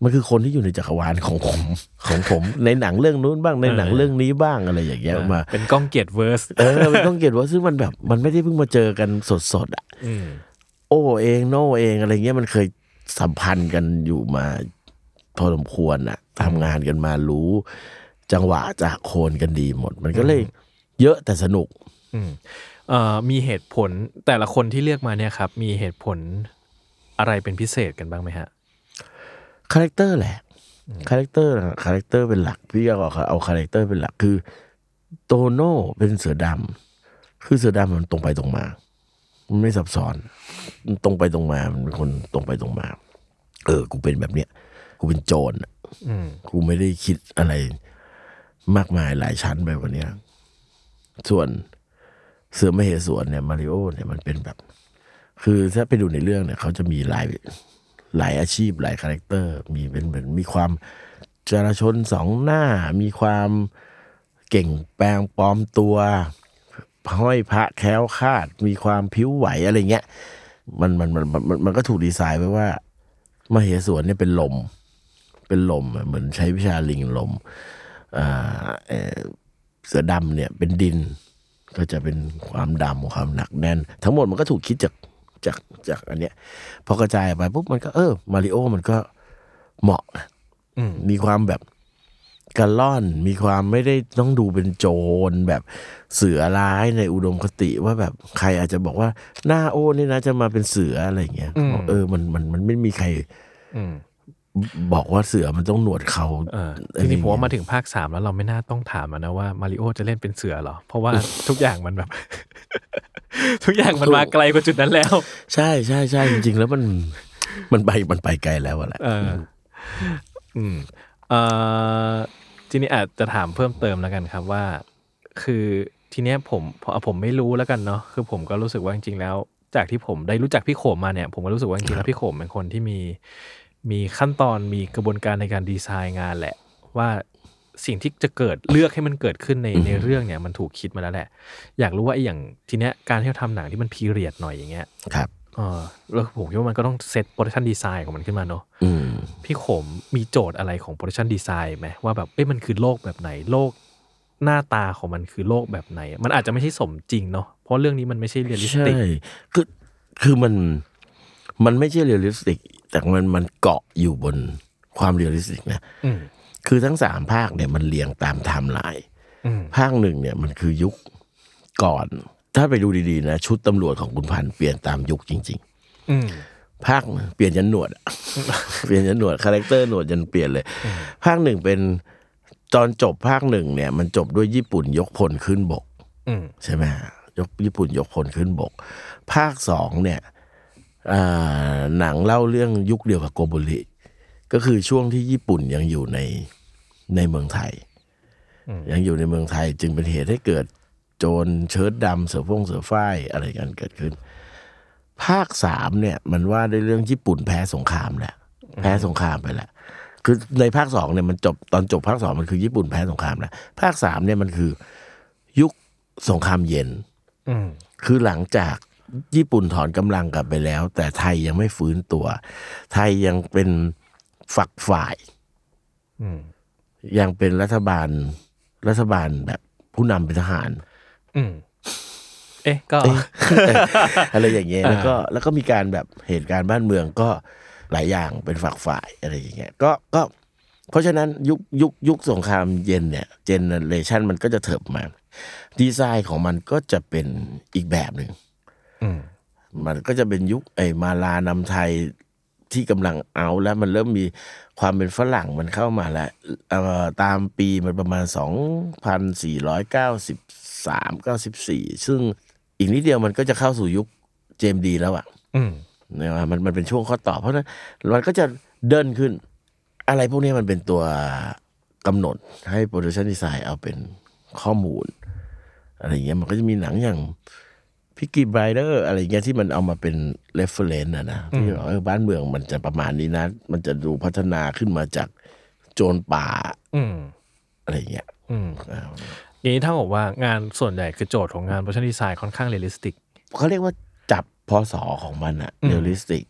มันคือคนที่อยู่ในจักรวาลของผมในหนังเรื่องนู้นบ้างในหนังเรื่องนี้บ้างอะไรอย่างเงี้ยมาเป็นก้องเกียรติเวิร์สเป็นก้องเกียรติเวิร์สซึ่งมันแบบมันไม่ได้เพิ่งมาเจอกันสดๆอ่ะโอ้เองโน่เองอะไรเงี้ยมันเคยสัมพันธ์กันอยู่มาพอสมควรอ่ะทำงานกันมารู้จังหวะจากโคนกันดีหมดมันก็เลยเยอะแต่สนุกมีเหตุผลแต่ละคนที่เลือกมาเนี่ยครับมีเหตุผลอะไรเป็นพิเศษกันบ้างไหมฮะคาแรคเตอร์แหละคาแรคเตอร์เป็นหลักพี่ก็เอาคาแรคเตอร์เป็นหลักคือโตโน่เป็นเสือดำคือเสือดำมันตรงไปตรงมามันไม่ซับซ้อนมันตรงไปตรงมามันเป็นคนตรงไปตรงมากูเป็นแบบเนี้ยกูเป็นโจรกูไม่ได้คิดอะไรมากมายหลายชั้นไปกว่านี้ส่วนเสือมเหสวนเนี่ยมาริโอเนี่ยมันเป็นแบบคือถ้าไปดูในเรื่องเนี่ยเขาจะมีหลายอาชีพหลายคาแรคเตอร์มีเป็นเหมือนมีความจราชนสองหน้ามีความเก่งแปลงปลอมตัวห้อยพระแคล้วคลาดมีความผิวไหวอะไรเงี้ยมันก็ถูกดีไซน์ไว้ว่ามเหสวนเนี่ยเป็นลมเหมือนใช้วิชาลิงลมเสือดำเนี่ยเป็นดินก็จะเป็นความดำความหนักแน่นทั้งหมดมันก็ถูกคิดจากอันเนี้ยพอกระจายไปปุ๊บมันก็มาริโอมันก็เหมาะมีความแบบกระล่อนมีความไม่ได้ต้องดูเป็นโจรแบบเสือร้ายในอุดมคติว่าแบบใครอาจจะบอกว่าหน้าโอ้นี่นะจะมาเป็นเสืออะไรเงี้ยมันไม่มีใครบอกว่าเสือมันต้องหนวดเขาจริงๆผมว่ามาถึงภาค3แล้วเราไม่น่าต้องถามนะว่ามาริโอจะเล่นเป็นเสือหรอเพราะว่าทุกอย่างมันแบบ ทุกอย่างมันมาไกลกว่าจุดนั้นแล้วใช่จริงๆแล้วมันไปไกลแล้วแหละทีนี้อาจจะถามเพิ่มเติมแล้วกันครับว่าคือทีเนี้ยผมไม่รู้แล้วกันเนาะคือผมก็รู้สึกว่าจริงๆแล้วจากที่ผมได้รู้จักพี่โขมมาเนี่ยผมก็รู้สึกว่าจริงๆแล้วพี่โขมเป็นคนที่มีขั้นตอนมีกระบวนการในการดีไซน์งานแหละว่าสิ่งที่จะเกิดเลือกให้มันเกิดขึ้นในเรื่องเนี่ยมันถูกคิดมาแล้วแหละอยากรู้ว่าไอ้อย่างทีเนี้ยการที่เราทำหนังที่มันพีเรียดหน่อยอย่างเงี้ยครับแล้วผมคิดว่ามันก็ต้องเซตโปรดักชันดีไซน์ของมันขึ้นมาเนาะพี่โขมมีโจทย์อะไรของโปรดักชันดีไซน์ไหมว่าแบบมันคือโลกแบบไหนโลกหน้าตาของมันคือโลกแบบไหนมันอาจจะไม่ใช่สมจริงเนาะเพราะเรื่องนี้มันไม่ใช่เรียลลิสติกคือมันไม่ใช่เรียลลิสติกแต่มันเกาะอยู่บนความเรียลลิสติกนะคือทั้ง3ภาคเนี่ยมันเรียงตามไทม์ไลน์ภาค1เนี่ยมันคือยุคก่อนถ้าไปดูดีๆนะชุดตำรวจของคุณพันธุ์เปลี่ยนตามยุคจริงๆภาคเปลี่ยนยันหนวด เปลี่ยนยันหนวดคาแรคเตอร์หนวดยันเปลี่ยนเลยภาค1เป็นตอนจบภาค1เนี่ยมันจบด้วยญี่ปุ่นยกพลขึ้นบกใช่ไหมญี่ปุ่นยกพลขึ้นบกภาค2เนี่ยหนังเล่าเรื่องยุคเดียวกับโกโบริก็คือช่วงที่ญี่ปุ่นยังอยู่ในเมืองไทยยังอยู่ในเมืองไทยจึงเป็นเหตุให้เกิดโจรเชิ้ตดำเสือฝ้ายอะไรกันเกิดขึ้นภาค3เนี่ยมันว่าด้วยเรื่องญี่ปุ่นแพ้สงครามแหละแพ้สงครามไปแล้วคือในภาค2เนี่ยมันจบตอนจบภาค2มันคือญี่ปุ่นแพ้สงครามแล้วภาค3เนี่ยมันคือยุคสงครามเย็นคือหลังจากญี่ปุ่นถอนกำลังกลับไปแล้วแต่ไทยยังไม่ฟื้นตัวไทยยังเป็นฝักฝ่ายยังเป็นรัฐบาลแบบผู้นำเป็นทหารก็อะไรอย่างเงี้ยแล้วก็มีการแบบเหตุการณ์บ้านเมืองก็หลายอย่างเป็นฝักฝ่ายอะไรอย่างเงี้ยก็เพราะฉะนั้นยุคสงครามเย็นเนี่ยเจเนเรชันมันก็จะเถิบมาดีไซน์ของมันก็จะเป็นอีกแบบหนึ่งมันก็จะเป็นยุคมาลานำไทยที่กำลังเอาแล้วมันเริ่มมีความเป็นฝรั่งมันเข้ามาแล้วตามปีมันประมาณ2493-94ซึ่งอีกนิดเดียวมันก็จะเข้าสู่ยุคเจมส์ดีแล้วอ่ะเนี่ยมันเป็นช่วงข้อต่อเพราะฉะนั้นมันก็จะเดินขึ้นอะไรพวกนี้มันเป็นตัวกำหนดให้โปรดักชันดีไซน์เอาเป็นข้อมูลอะไรเงี้ยมันก็จะมีหนังอย่างพิกกี้ไบรเดอร์อะไรเงี้ยที่มันเอามาเป็นเรฟเฟอเรนซ์นะที่บอกบ้านเมืองมันจะประมาณนี้นะมันจะดูพัฒนาขึ้นมาจากโจรป่าอะไรเงี้ยอย่างนี้เท่ากับว่างานส่วนใหญ่คือโจทย์ของงานโปรดักชันดีไซน์ค่อนข้างเรียลลิสติกเขาเรียกว่าจับพศของมันอะเรียลลิสติก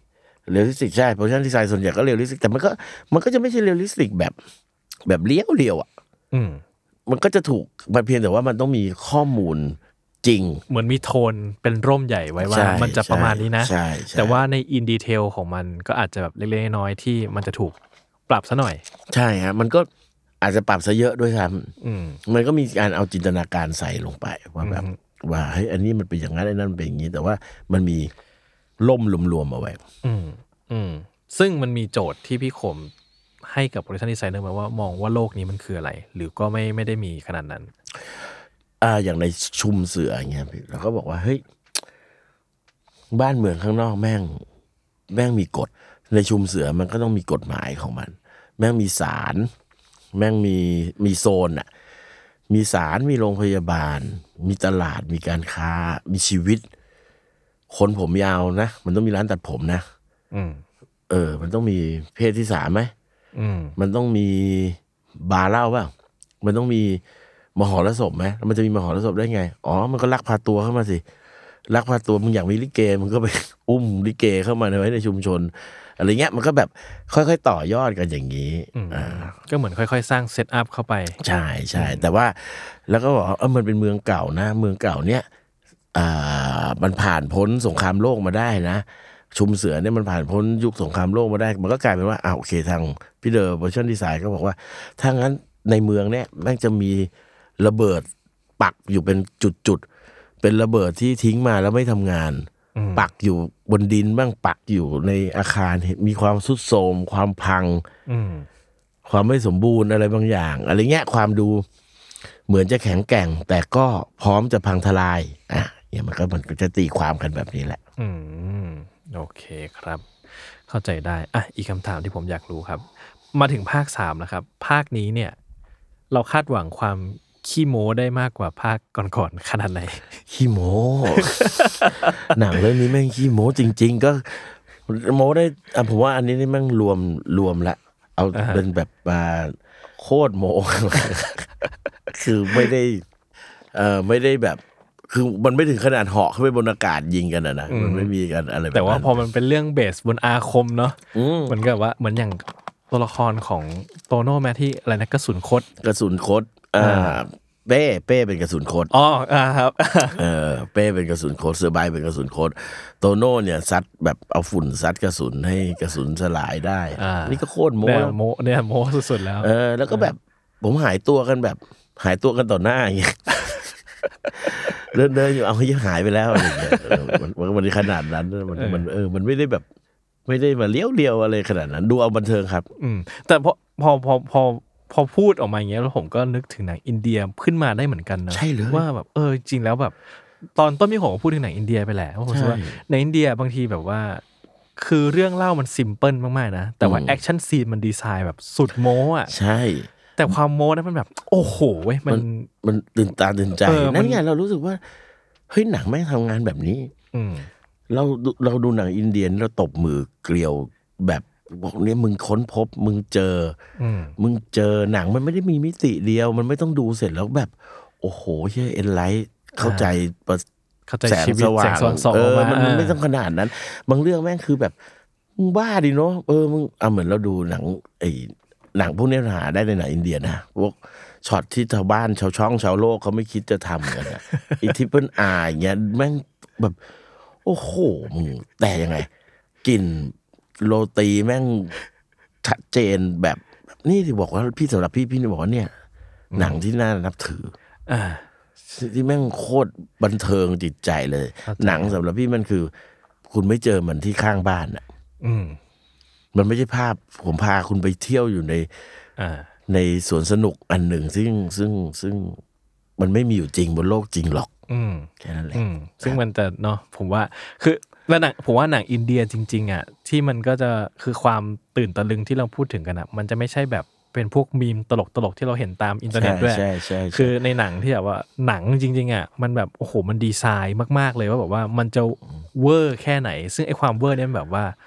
เรียลลิสติกใช่โปรดักชั่นดีไซน์ส่วนใหญ่ก็เรียลลิสติกแต่มันก็จะไม่ใช่เรียลลิสติกแบบเลี้ยวอ่ะมันก็จะถูกมันเพียงแต่ว่ามันต้องมีข้อมูลจริงเหมือนมีโทนเป็นร่มใหญ่ไว้ว่ามันจะประมาณนี้นะแต่ว่าในอินดีเทลของมันก็อาจจะแบบเล็กๆน้อยๆที่มันจะถูกปรับซะหน่อยใช่ฮะมันก็อาจจะปรับซะเยอะด้วยซ้ำมันก็มีการเอาจินตนาการใส่ลงไปว่าแบบว่าเฮ้ยอันนี้มันเป็นอย่างนั้นไอ้นั่นเป็นอย่างนี้แต่ว่ามันมีล่มรวมๆเอาไว้ซึ่งมันมีโจทย์ที่พี่ขมให้กับโปรดักชั่นดีไซเนอร์มาว่ามองว่าโลกนี้มันคืออะไรหรือก็ไม่ได้มีขนาดนั้นอย่างในชุมเสืออย่างเงี้ยเราก็บอกว่าเฮ้ยบ้านเมืองข้างนอกแม่งมีกฎในชุมเสือมันก็ต้องมีกฎหมายของมันแม่งมีศาลแม่งมีโซนอ่ะมีศาลมีโรงพยาบาลมีตลาดมีการค้ามีชีวิตคนผมยาวนะมันต้องมีร้านตัดผมนะมันต้องมีเพศที่3ไหมมันต้องมีบาร์เหล้าป่ะมันต้องมีมหรสพไหมมันจะมีมหรสพได้ไงมันก็ลักพาตัวเข้ามาสิลักพาตัวมึงอยากมีลิเกมึงก็ไปอุ้มลิเกเข้ามาไว้ในชุมชนอะไรเงี้ยมันก็แบบค่อยๆต่อยอดกันอย่างนี้ก็เหมือนค่อยๆสร้างเซตอัพเข้าไปใช่แต่ว่าแล้วก็บอกมันเป็นเมืองเก่านะเมืองเก่าเนี้ยมันผ่านพ้นสงครามโลกมาได้นะชุมเสือเนี่ยมันผ่านพ้นยุคสงครามโลกมาได้มันก็กลายเป็นว่าโอเคทางพี่เดอร์โปรดักชั่นดีไซน์ก็บอกว่าถ้างั้นในเมืองเนี่ยแม่งจะมีระเบิดปักอยู่เป็นจุดๆเป็นระเบิดที่ทิ้งมาแล้วไม่ทำงานปักอยู่บนดินบ้างปักอยู่ในอาคารมีความทรุดโทรมความพังความไม่สมบูรณ์อะไรบางอย่างอะไรเงี้ยความดูเหมือนจะแข็งแกร่งแต่ก็พร้อมจะพังทลายเนี่ยมันก็จะตีความกันแบบนี้แหละโอเคครับเข้าใจได้อีกคำถามที่ผมอยากรู้ครับมาถึงภาค3แล้วครับภาคนี้เนี่ยเราคาดหวังความขี้โม้ได้มากกว่าภาคก่อนๆขนาดไหนขี้โม้ หนังเรื่องนี้แม่งขี้โม้จริงๆก็โม้ได้ผมว่าอันนี้นี่แม่งรวมละเอาเป็นแบบมาโคตรโม้ คือไม่ได้แบบคือมันไม่ถึงขนาดเหาะขึ้นไปบนอากาศยิงกันนะมันไม่มีกันอะไรแบบแต่ว่าพอมันเป็นเรื่องเบสบนอาคมเนาะเหมือนกับว่าเหมือนอย่างตัวละครของโตโน่แม้ที่อะไรนะกระสุนคดเป้เป็นกระสุนคดครับเป้เป็นกระสุนคดเสือใบเป็นกระสุนคดโตโน่เนี่ยซัดแบบเอาฝุ่นซัดกระสุนให้กระสุนสลายได้นี่ก็โคตรโม้เนี่ยโม้สุดๆแล้วแล้วก็แบบผมหายตัวกันต่อหน้าอย่างเงี้ยเดินอยู่เอาหายไปแล้วอะไรอย่างเงี้ยมันขนาดนั้นมันไม่ได้แบบไม่ได้มาเลี้ยวอะไรขนาดนั้นดูเอาบันเทิงครับแต่พอพูดออกมาอย่างเงี้ยแล้วผมก็นึกถึงหนังอินเดียขึ้นมาได้เหมือนกันนะใช่เลยว่าแบบจริงแล้วแบบตอนต้นพี่ผมก็พูดถึงหนังอินเดียไปแหละผมคิดว่าในอินเดียบางทีแบบว่าคือเรื่องเล่ามันซิมเพิลมากๆนะแต่ว่าแอคชั่นซีนมันดีไซน์แบบสุดโม้อ่ะใช่แต่ความโม้นั้นมันแบบโอ้โหเว้ยมันตื่นตาตื่นใจนั่นไงเรารู้สึกว่าเฮ้ยหนังแม่งทำงานแบบนี้เราดูหนังอินเดียเราตบมือเกลียวแบบบอกเนี่ยมึงค้นพบมึงเจอหนังมันไม่ได้มีมิติเดียวมันไม่ต้องดูเสร็จแล้วแบบโอ้โหเฮ้ยเอ็นไลท์เข้าใจแสงสว่างมันไม่ต้องขนาดนั้นบางเรื่องแม่งคือแบบมึงบ้าดิเนาะมึงเหมือนเราดูหนังหนังพวกนี้หาได้ในหนังอินเดียนะพวกช็อตที่ชาวบ้านชาวช่องชาวโลกเขาไม่คิดจะทำกันนะอีทิปเปิลอาร์อย่างเงี้ยแม่งแบบโอ้โหมึงแต่ยังไงกลิ่นโรตีแม่งชัดเจนแบบนี่ที่บอกว่าพี่สำหรับพี่นี่บอกว่าเนี่ยหนังที่น่านับถือที่แม่งโคตรบันเทิงจิตใจเลยหนังสำหรับพี่มันคือคุณไม่เจอมันที่ข้างบ้านอ่ะมันไม่ใช่ภาพผมพาคุณไปเที่ยวอยู่ในสวนสนุกอันหนึ่งซึ่งมันไม่มีอยู่จริงบนโลกจริงหรอกแค่นั้นแหละซึ่งมันจะเนาะผมว่าคือผมว่าหนังอินเดียจริงๆอ่ะที่มันก็จะคือความตื่นตะลึงที่เราพูดถึงกันอ่ะมันจะไม่ใช่แบบเป็นพวกมีมตลกที่เราเห็นตามอินเทอร์เน็ตด้วยคือในหนังที่แบบว่าหนังจริงๆอ่ะมันแบบโอ้โหมันดีไซน์มากๆเลยว่าแบบว่ามันจะเวอร์แค่ไหนซึ่งไอ้ความเวอร์เนี่ยแบบว่า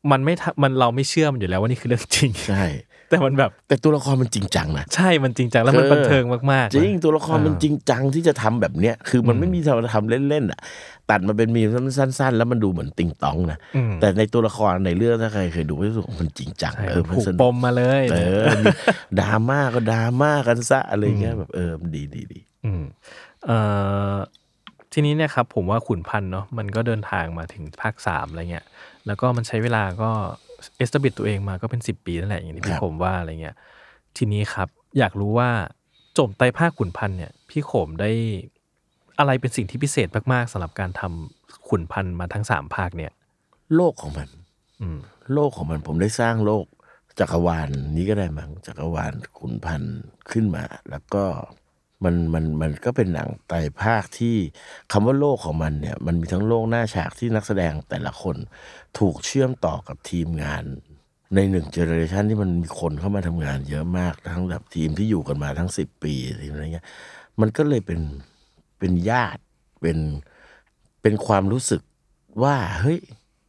มันเราไม่เชื่อมันอยู่แล้วว่านี่คือเรื่องจริงใช่แต่มันแบบแต่ตัวละครมันจริงจังนะใช่มันจริงจังแล้วมันบันเทิงมากๆจริงตัวละครมันจริงจังที่จะทำแบบเนี้ยคือมันไม่มีทำเล่นๆอ่ะตัดมาเป็นมีมสั้นๆแล้วมันดูเหมือนติงตองนะแต่ในตัวละครในเรื่องถ้าใครเคยดูก็รู้สึกมันจริงจังมันสนุกปมมาเลยดราม่าก็ดราม่ากันซะอะไรเงี้ยแบบมันดีทีนี้เนี่ยครับผมว่าขุนพันธ์เนาะมันก็เดินทางมาถึงภาค3อะไรเงี้ยแล้วก็มันใช้เวลาก็เอสตาบิทตัวเองมาก็เป็น10 ปีนั่นแหละอย่างที่พี่ผมว่าอะไรเงี้ยทีนี้ครับอยากรู้ว่าจบไตรภาคขุนพันธ์เนี่ยพี่โขมได้อะไรเป็นสิ่งที่พิเศษมากๆสำหรับการทำขุนพันธ์มาทั้ง3ภาคเนี่ยโลกของมันโลกของมันผมได้สร้างโลกจักรวาลนี้ก็ได้มั้งจักรวาลขุนพันธ์ขึ้นมาแล้วก็มันก็เป็นหนังไตรภาคที่คำว่าโลกของมันเนี่ยมันมีทั้งโลกหน้าฉากที่นักแสดงแต่ละคนถูกเชื่อมต่อกับทีมงานใน1เจเนอเรชันที่มันมีคนเข้ามาทำงานเยอะมากทั้งแบบทีมที่อยู่กันมาทั้ง10 ปีทีอะไรเงี้ยมันก็เลยเป็นญาติเป็นความรู้สึกว่าเฮ้ย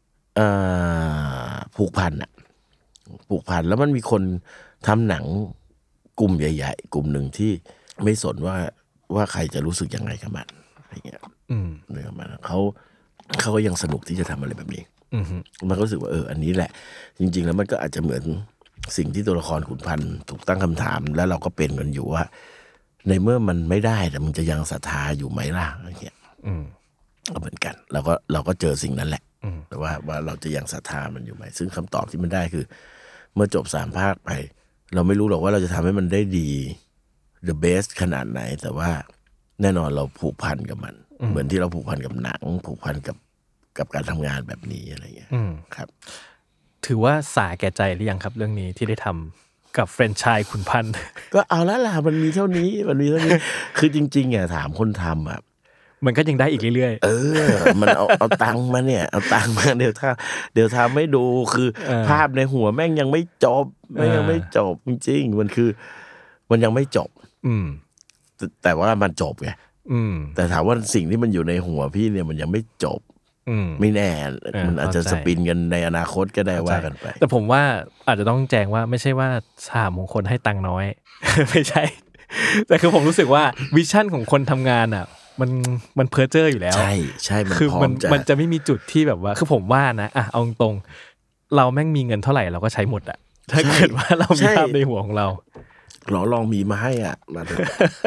ผูกพันอะผูกพันแล้วมันมีคนทำหนังกลุ่มใหญ่ๆกลุ่มหนึ่งที่ไม่สนว่าใครจะรู้สึกยังไงกับมันอะไรเงี้ยเรื่องมันเขาก็ยังสนุกที่จะทำอะไรแบบนี้มันก็รู้สึกว่าอันนี้แหละจริงๆแล้วมันก็อาจจะเหมือนสิ่งที่ตัวละครขุนพันธ์ถูกตั้งคำถามแล้วเราก็เป็นกันอยู่ว่าในเมื่อมันไม่ได้แต่มึงจะยังศรัทธาอยู่ไหมล่ะอะไรเงี้ยก็เหมือนกันเราก็เจอสิ่งนั้นแหละแต่ว่าเราจะยังศรัทธามันอยู่ไหมซึ่งคำตอบที่มันได้คือเมื่อจบ3 ภาคไปเราไม่รู้หรอกว่าเราจะทำให้มันได้ดี the best ขนาดไหนแต่ว่าแน่นอนเราผูกพันกับมันเหมือนที่เราผูกพันกับหนังผูกพันกับการทำงานแบบนี้อะไรเงี้ยครับถือว่าสาแก่ใจหรือยังครับเรื่องนี้ที่ได้ทำกับแฟรนไชส์ขุนพันธ์ก็เอาแล้วล่ะมันมีเท่านี้คือจริงๆอ่ะถามคนทำอ่ะมันก็ยังได้อีกเรื่อยๆมันเอาตังค์มาเนี่ยเอาตังค์มาเดี๋ยวทำให้ดูคือภาพในหัวแม่งยังไม่จบจริงๆมันยังไม่จบแต่ว่ามันจบไงแต่ถามว่าสิ่งที่มันอยู่ในหัวพี่เนี่ยมันยังไม่จบไม่แน่มันอาจจะสปินกันในอนาคตก็ได้ว่ากันไปแต่ผมว่าอาจจะต้องแจ้งว่าไม่ใช่ว่า3 มงคลให้ตังค์น้อย ไม่ใช่แต่คือผมรู้สึกว่าวิชั่นของคนทำงานอ่ะมันเพ้อเจ้ออยู่แล้วใช่คือมันจะไม่มีจุดที่แบบว่าคือผมว่านะเอาตรงเราแม่งมีเงินเท่าไหร่เราก็ใช้หมดอ่ะถ้าเกิดว่าเรามีภาพในหัวของเราลองมีมาให้อ่ะมาเถอะ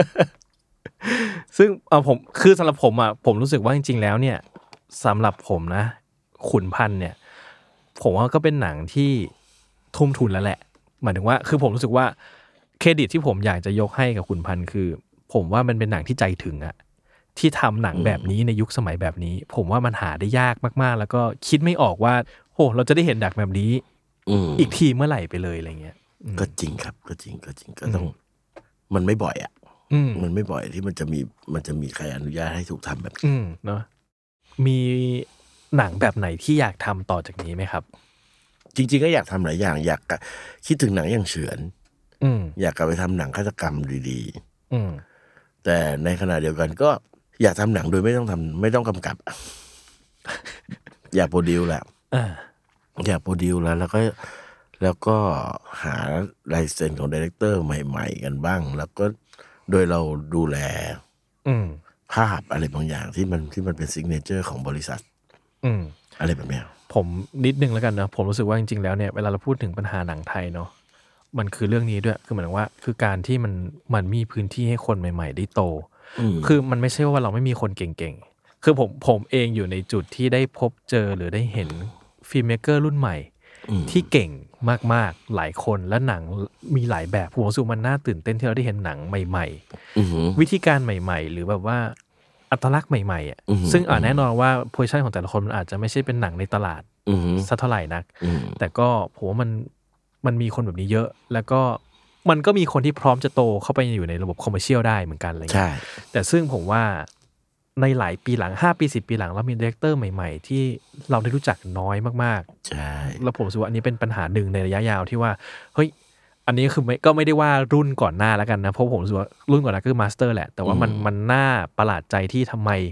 ซึ่งผมคือสำหรับผมอ่ะผมรู้สึกว่าจริงๆแล้วเนี่ยสำหรับผมนะขุนพันธ์เนี่ยผมว่าก็เป็นหนังที่ทุ่มทุนแล้วแหละหมายถึงว่าคือผมรู้สึกว่าเครดิตที่ผมอยากจะยกให้กับขุนพันธ์คือผมว่ามันเป็นหนังที่ใจถึงอ่ะที่ทำหนังแบบนี้ในยุคสมัยแบบนี้ผมว่ามันหาได้ยากมากๆแล้วก็คิดไม่ออกว่าโหเราจะได้เห็นหนังแบบนี้อีกทีเมื่อไหร่ไปเลยอะไรเงี้ยก็จริงครับก็จริงก็ต้องมันไม่บ่อยอ่ะมันไม่บ่อยที่มันจะมีใครอนุญาตให้ถูกทำแบบนี้เนาะมีหนังแบบไหนที่อยากทำต่อจากนี้ไหมครับจริงๆก็อยากทำหลายอย่างอยากคิดถึงหนังอย่างเฉือนอยากกลับไปทำหนังฆาตกรรมดีๆแต่ในขณะเดียวกันก็อยากทำหนังโดยไม่ต้องกำกับอยากโปรดิวแหละอยากโปรดิวแล้วก็หาลายเซ็นของไดเรคเตอร์ใหม่ๆกันบ้างแล้วก็โดยเราดูแลภาพอะไรบางอย่างที่มันเป็นซิกเนเจอร์ของบริษัทอะไรแบบนี้ผมนิดนึงแล้วกันนะผมรู้สึกว่าจริงๆแล้วเนี่ยเวลาเราพูดถึงปัญหาหนังไทยเนาะมันคือเรื่องนี้ด้วยคือหมายถึงว่าคือการที่มันมีพื้นที่ให้คนใหม่ๆได้โตคือมันไม่ใช่ว่าเราไม่มีคนเก่งๆคือผมเองอยู่ในจุดที่ได้พบเจอหรือได้เห็นฟิล์มเมกเกอร์รุ่นใหม่ที่เก่งมากๆหลายคนและหนังมีหลายแบบผมรู้สึกมันน่าตื่นเต้นที่เราได้เห็นหนังใหม่ๆวิธีการใหม่ๆหรือแบบว่าอัตลักษณ์ใหม่ๆอ่ะซึ่งแน่นอนว่าโพซิชั่นของแต่ละคนมันอาจจะไม่ใช่เป็นหนังในตลาดสักเท่าไหร่นักแต่ก็ผมว่ามันมีคนแบบนี้เยอะแล้วก็มันก็มีคนที่พร้อมจะโตเข้าไปอยู่ในระบบคอมเมอร์เชียลได้เหมือนกันอะไรอย่างเงี้ยแต่ซึ่งผมว่าในหลายปีหลัง5 ปี 10 ปีหลังเรามีดีเรคเตอร์ใหม่ๆที่เราได้รู้จักน้อยมากๆใช่แล้วผมรู้สึกว่าอันนี้เป็นปัญหาหนึ่งในระยะยาวที่ว่าเฮ้ยอันนี้คือก็ไม่ได้ว่ารุ่นก่อนหน้าแล้วกันนะเพราะผมรู้สึกว่ารุ่นก่อนหน้าก็คือมาสเตอร์แหละแต่ว่ามันน่าประหลาดใจที่ทำไม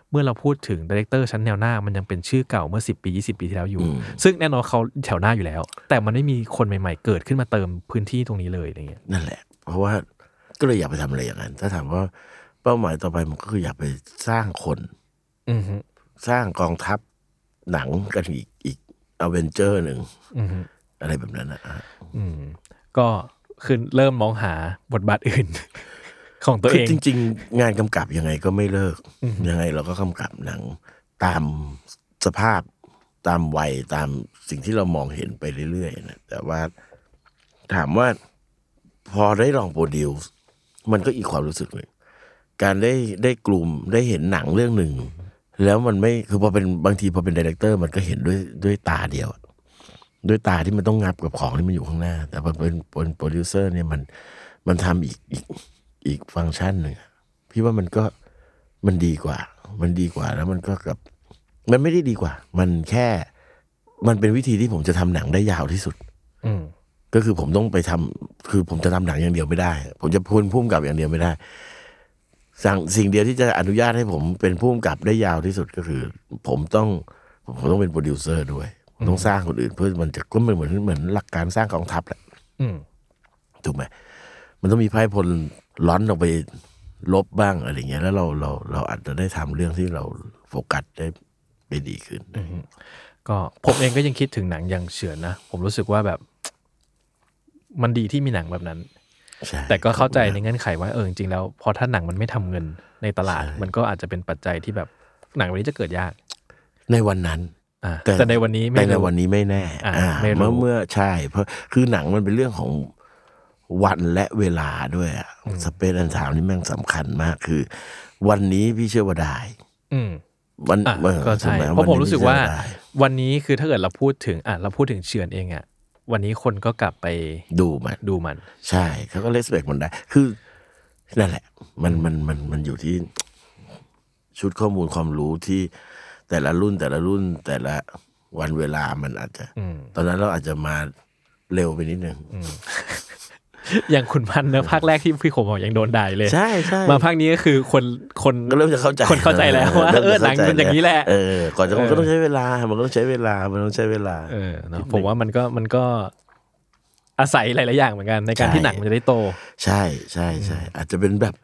เมื่อเราพูดถึงไดเรคเตอร์ชั้นแนวหน้ามันยังเป็นชื่อเก่าเมื่อ10 ปี20 ปีที่แล้วอยู่ซึ่งแน่นอนเขาแถวหน้าอยู่แล้วแต่มันไม่มีคนใหม่ๆเกิดขึ้นมาเติมพื้นที่ตรงนี้เลยอะไรเงี้ยนั่นแหละเพราะว่าก็เลยอยากไปทำอะไรอย่างนั้นถ้าถามว่าเป้าหมายต่อไปมันก็คืออยากไปสร้างคนสร้างกองทัพหนังกันอีกอเวนเจอร์หนึ่งอะไรแบบนั้นนะก็คือเริ่มมองหาบทบาทอื่น ของตัวเองจริงๆงานกำกับยังไงก็ไม่เลิกยังไงเราก็กำกับหนังตามสภาพตามวัยตามสิ่งที่เรามองเห็นไปเรื่อยๆนะแต่ว่าถามว่าพอได้ลองโปรดิวซ์มันก็อีกความรู้สึกหนึ่งการได้กลุ่มได้เห็นหนังเรื่องหนึ่งแล้วมันไม่คือพอเป็นบางทีพอเป็นไดเรคเตอร์มันก็เห็นด้วยตาเดียวด้วยตาที่มันต้องงับกับของที่มันอยู่ข้างหน้าแต่พอเป็นโปรดิวเซอร์เนี่ยมันทำอีกฟังก์ชันหนึ่งพี่ว่ามันดีกว่าแล้วมันก็กับมันไม่ได้ดีกว่ามันแค่มันเป็นวิธีที่ผมจะทำหนังได้ยาวที่สุดก็คือผมต้องไปทำคือผมจะทำหนังอย่างเดียวไม่ได้ผมจะพูดพุ่มกับอย่างเดียวไม่ได้สิ่งเดียวที่จะอนุญาตให้ผมเป็นผู้กำกับได้ยาวที่สุดก็คือผมต้องเป็นโปรดิวเซอร์ด้วยต้องสร้างคนอื่นเพื่อมันจะก็เหมือนหลักการสร้างกองทัพแหละถูกไหมมันต้องมีไพ่พลล้อนออกไปลบบ้างอะไรเงี้ยแล้วเราอาจจะได้ทำเรื่องที่เราโฟกัสได้ดีขึ้นก็ผมเองก็ยังคิดถึงหนังอย่างเฉือนนะผมรู้สึกว่าแบบมันดีที่มีหนังแบบนั้นแต่ก็เข้าใจในเงื่อนไขว่าจริงๆแล้วพอถ้าหนังมันไม่ทำเงินในตลาดมันก็อาจจะเป็นปัจจัยที่แบบหนังวันนี้จะเกิดยากในวันนั้นแต่ในวันนี้ไม่แน่เมื่อใช่เพราะคือหนังมันเป็นเรื่องของวันและเวลาด้วยสเปซแอนด์ไทม์นี่แม่งสำคัญมากคือวันนี้พี่เชื่อว่าได้วันก็ใช่เพราะผมรู้สึกว่าวันนี้คือถ้าเกิดเราพูดถึงเฉือนเองวันนี้คนก็กลับไปดูมันใช่เขาก็เลสเปคมันได้คือนั่นแหละมันอยู่ที่ชุดข้อมูลความรู้ที่แต่ละรุ่นแต่ละวันเวลามันอาจจะตอนนั้นเราอาจจะมาเร็วไปนิดนึงอย่างขุนพันธ์เนอะภาคแรกที่พี่ขมบอกยังโดนด่าเลยใช่มาภาคนี้ก็คือคนก็เริ่มจะเข้าใจคนเข้าใจแล้วว่าหนังมันอย่างนี้แหละก่อนจะก็ต้องใช้เวลามันต้องใช้เวลาเนาะผมว่ามันก็อาศัยหลายๆอย่างเหมือนกันในการที่หนังมันจะได้โตใช่อาจจะเป็นแบบ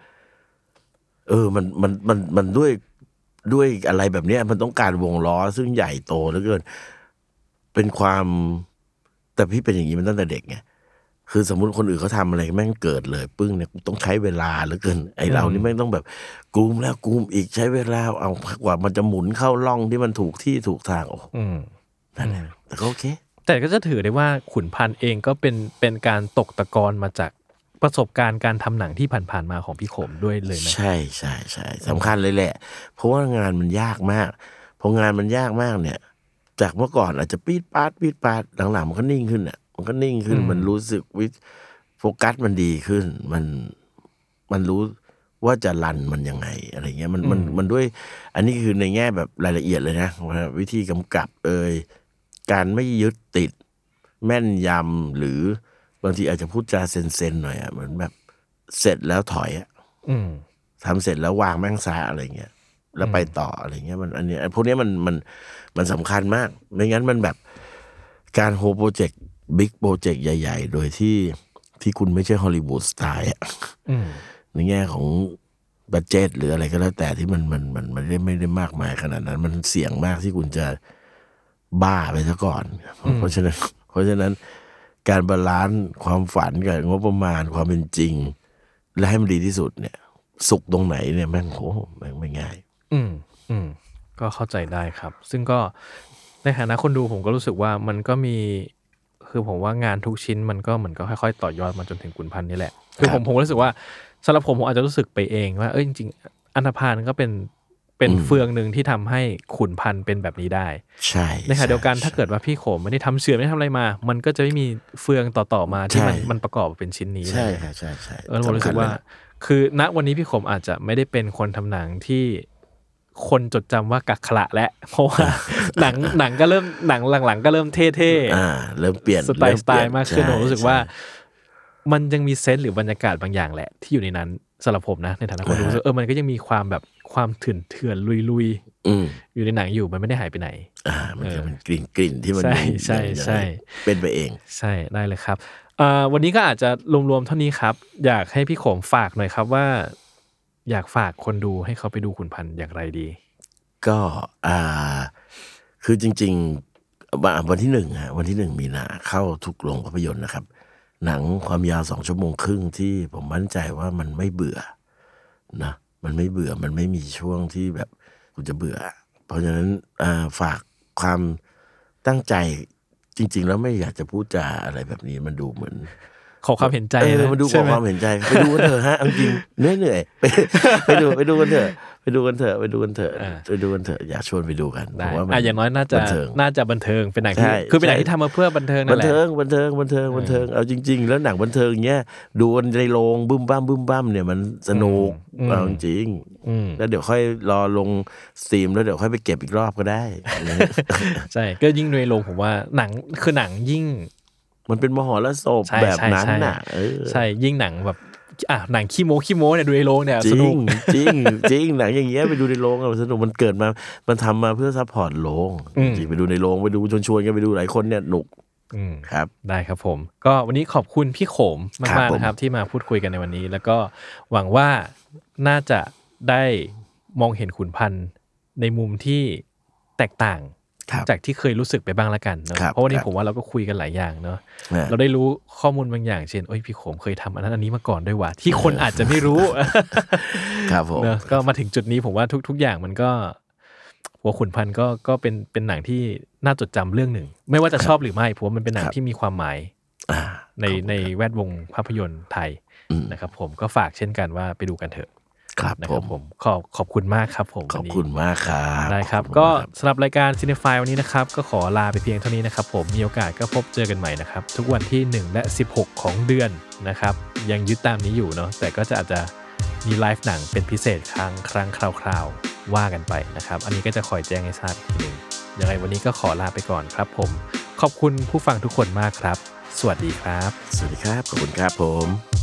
มันด้วยอะไรแบบนี้มันต้องการวงล้อซึ่งใหญ่โตเหลือเกินเป็นความแต่พี่เป็นอย่างนี้มันตั้งแต่เด็กไงคือสมมุติคนอื่นเขาทำอะไรแม่งเกิดเลยปึ้งเนี่ยต้องใช้เวลาเหลือเกินไอเรานี่แม่งต้องแบบกลุ่มแล้วกลุ่มอีกใช้เวลาเอากว่ามันจะหมุนเข้าร่องที่มันถูกที่ถูกทางนั่นแหละแต่ก็โอเคแต่ก็จะถือได้ว่าขุนพันธ์เองก็เป็นการตกตะกอนมาจากประสบการณ์การทำหนังที่ผ่านๆมาของพี่ขมด้วยเลยไหมใช่สำคัญเลยแหละเพราะว่างานมันยากมากพองานมันยากมากเนี่ยจากเมื่อก่อนอาจจะปี๊ดปาดหลังๆมันก็นิ่งขึ้นมันรู้สึกโฟกัสมันดีขึ้นมันรู้ว่าจะรันมันยังไงอะไรเงี้ยมันด้วยอันนี้คือในแง่แบบรายละเอียดเลยนะวิธีกำกับการไม่ยึดติดแม่นยำหรือบางทีอาจจะพูดจาเซนหน่อยเหมือนแบบเสร็จแล้วถอยทำเสร็จแล้ววางแม่งซาอะไรเงี้ยแล้วไปต่ออะไรเงี้ยมันอันนี้พวกนี้มันสำคัญมากไม่งั้นมันแบบการโฮโปรเจกต์บิ๊กโปรเจกต์ใหญ่ๆโดยที่คุณไม่ใช่ฮอลลีวูดสไตล์ในแง่ของบัดเจ็ตหรืออะไรก็แล้วแต่ที่มันไม่ได้มากมายขนาดนั้นมันเสี่ยงมากที่คุณจะบ้าไปซะก่อนเพราะฉะนั้นการบาลานซ์ความฝันกับงบประมาณความเป็นจริงและให้มันดีที่สุดเนี่ยสุกตรงไหนเนี่ยแม่งไม่ง่ายก็เข้าใจได้ครับซึ่งก็ในฐานะคนดูผมก็รู้สึกว่ามันก็มีคือผมว่างานทุกชิ้นมันก็เหมือนก็ค่อยๆต่อยอดมาจนถึงขุนพันธ์นี่แหละคือผมรู้สึกว่าสำหรับผมอาจจะรู้สึกไปเองว่าจริงๆอันธพาลก็เป็นเฟืองนึงที่ทำให้ขุนพันธ์เป็นแบบนี้ได้ใช่ในขณะเดียวกันถ้าเกิดว่าพี่โขมไม่ได้ทำเฉือนไม่ทำอะไรมามันก็จะไม่มีเฟืองต่อมาที่มันประกอบเป็นชิ้นนี้ใช่ผมรู้สึกว่าคือณวันนี้พี่โขมอาจจะไม่ได้เป็นคนทำหนังที่คนจดจำว่ากักขระและเพราะว่าหนังก็เริ่มหนังหลังๆก็เริ่มเท่ๆเริ่มเปลี่ยนสไตล์มากขึ้นผมรู้สึกว่ามันยังมีเซนส์หรือบรรยากาศบางอย่างแหละที่อยู่ในนั้นสำหรับผมนะในฐานะคนดูมันก็ยังมีความแบบคความเถื่อนลุยอยู่ในหนังอยู่มันไม่ได้หายไปไหนมันจะเป็นกลิ่นที่มันใช่เป็นไปเองใช่ได้เลยครับวันนี้ก็อาจจะรวมๆเท่านี้ครับอยากให้พี่โขมฝากหน่อยครับว่าอยากฝากคนดูให้เขาไปดูขุนพันธ์อย่างไรดีก็คือจริงๆวันที่1วันที่1มีนาเข้าทุกโรงภาพยนตร์นะครับหนังความยาว2 ชั่วโมงครึ่งที่ผมมั่นใจว่ามันไม่เบื่อนะมันไม่เบื่อมันไม่มีช่วงที่แบบกูจะเบื่อเพราะฉะนั้นฝากความตั้งใจจริงๆแล้วไม่อยากจะพูดจาอะไรแบบนี้มันดูเหมือนขอความเห็นใจนะมันดูขอความเห็นใจไปดูกันเถอะฮะจริงเหนื่อยไปดูกันเถอะไปดูกันเถอะอยากชวนไปดูกันผมว่ามันอย่างน้อยน่าจะบันเทิงเป็นหนังที่คือเป็นหนังที่ทำมาเพื่อบันเทิงนั่นแหละบันเทิงเอาจริงๆแล้วหนังบันเทิงเงี้ยดูกันในโรงบึ้มบ้ามเนี่ยมันสนุกเอาจริงแล้วเดี๋ยวค่อยรอลงสตรีมแล้วเดี๋ยวค่อยไปเก็บอีกรอบก็ได้ใช่ก็ยิ่งในโรงผมว่าหนังคือหนังยิ่งมันเป็นมหรสพแบบนั้นน่ะใช่ยิ่งหนังแบบหนังขี้โม้เนี่ยดูในโรงเนี่ยสนุกจริงหนังอย่างเงี้ยไปดูในโรงสนุกมันเกิดมามันทำมาเพื่อซัพพอร์ตโรงจริงไปดูในโรงไปดูชวนกันไปดูหลายคนเนี่ยหนุกครับได้ครับผมก็วันนี้ขอบคุณพี่โขมมากๆนะครับที่มาพูดคุยกันในวันนี้แล้วก็หวังว่าน่าจะได้มองเห็นขุนพันธ์ในมุมที่แตกต่างจากที่เคยรู้สึกไปบ้างละกันเนาะเพราะวันนี้ผมว่าเราก็คุยกันหลายอย่างเนาะเราได้รู้ข้อมูลบางอย่างเช่นพี่โขมเคยทำอันนั้นอันนี้มาก่อนด้วยว่ะที่คนอาจจะไม่รู้ครับผมเนาะก็มาถึงจุดนี้ผมว่าทุกอย่างมันก็หัวขุนพันธ์ก็เป็นหนังที่น่าจดจำเรื่องหนึ่งไม่ว่าจะชอบหรือไม่ผมว่ามันเป็นหนังที่มีความหมายในแวดวงภาพยนตร์ไทยนะครับผมก็ฝากเช่นกันว่าไปดูกันเถอะครับผมขอบคุณมากครับผมขอบคุณมากครับได้ครับก็สำหรับรายการ Cinephile วันนี้นะครับก็ขอลาไปเพียงเท่านี้นะครับผมมีโอกาสก็พบเจอกันใหม่นะครับทุกวันที่1และ16ของเดือนนะครับยังยึดตามนี้อยู่เนาะแต่ก็อาจจะมีไลฟ์หนังเป็นพิเศษครั้งคราวๆว่ากันไปนะครับอันนี้ก็จะคอยแจ้งให้ทราบทีนึงยังไงวันนี้ก็ขอลาไปก่อนครับผมขอบคุณผู้ฟังทุกคนมากครับสวัสดีครับสวัสดีครับขอบคุณครับผม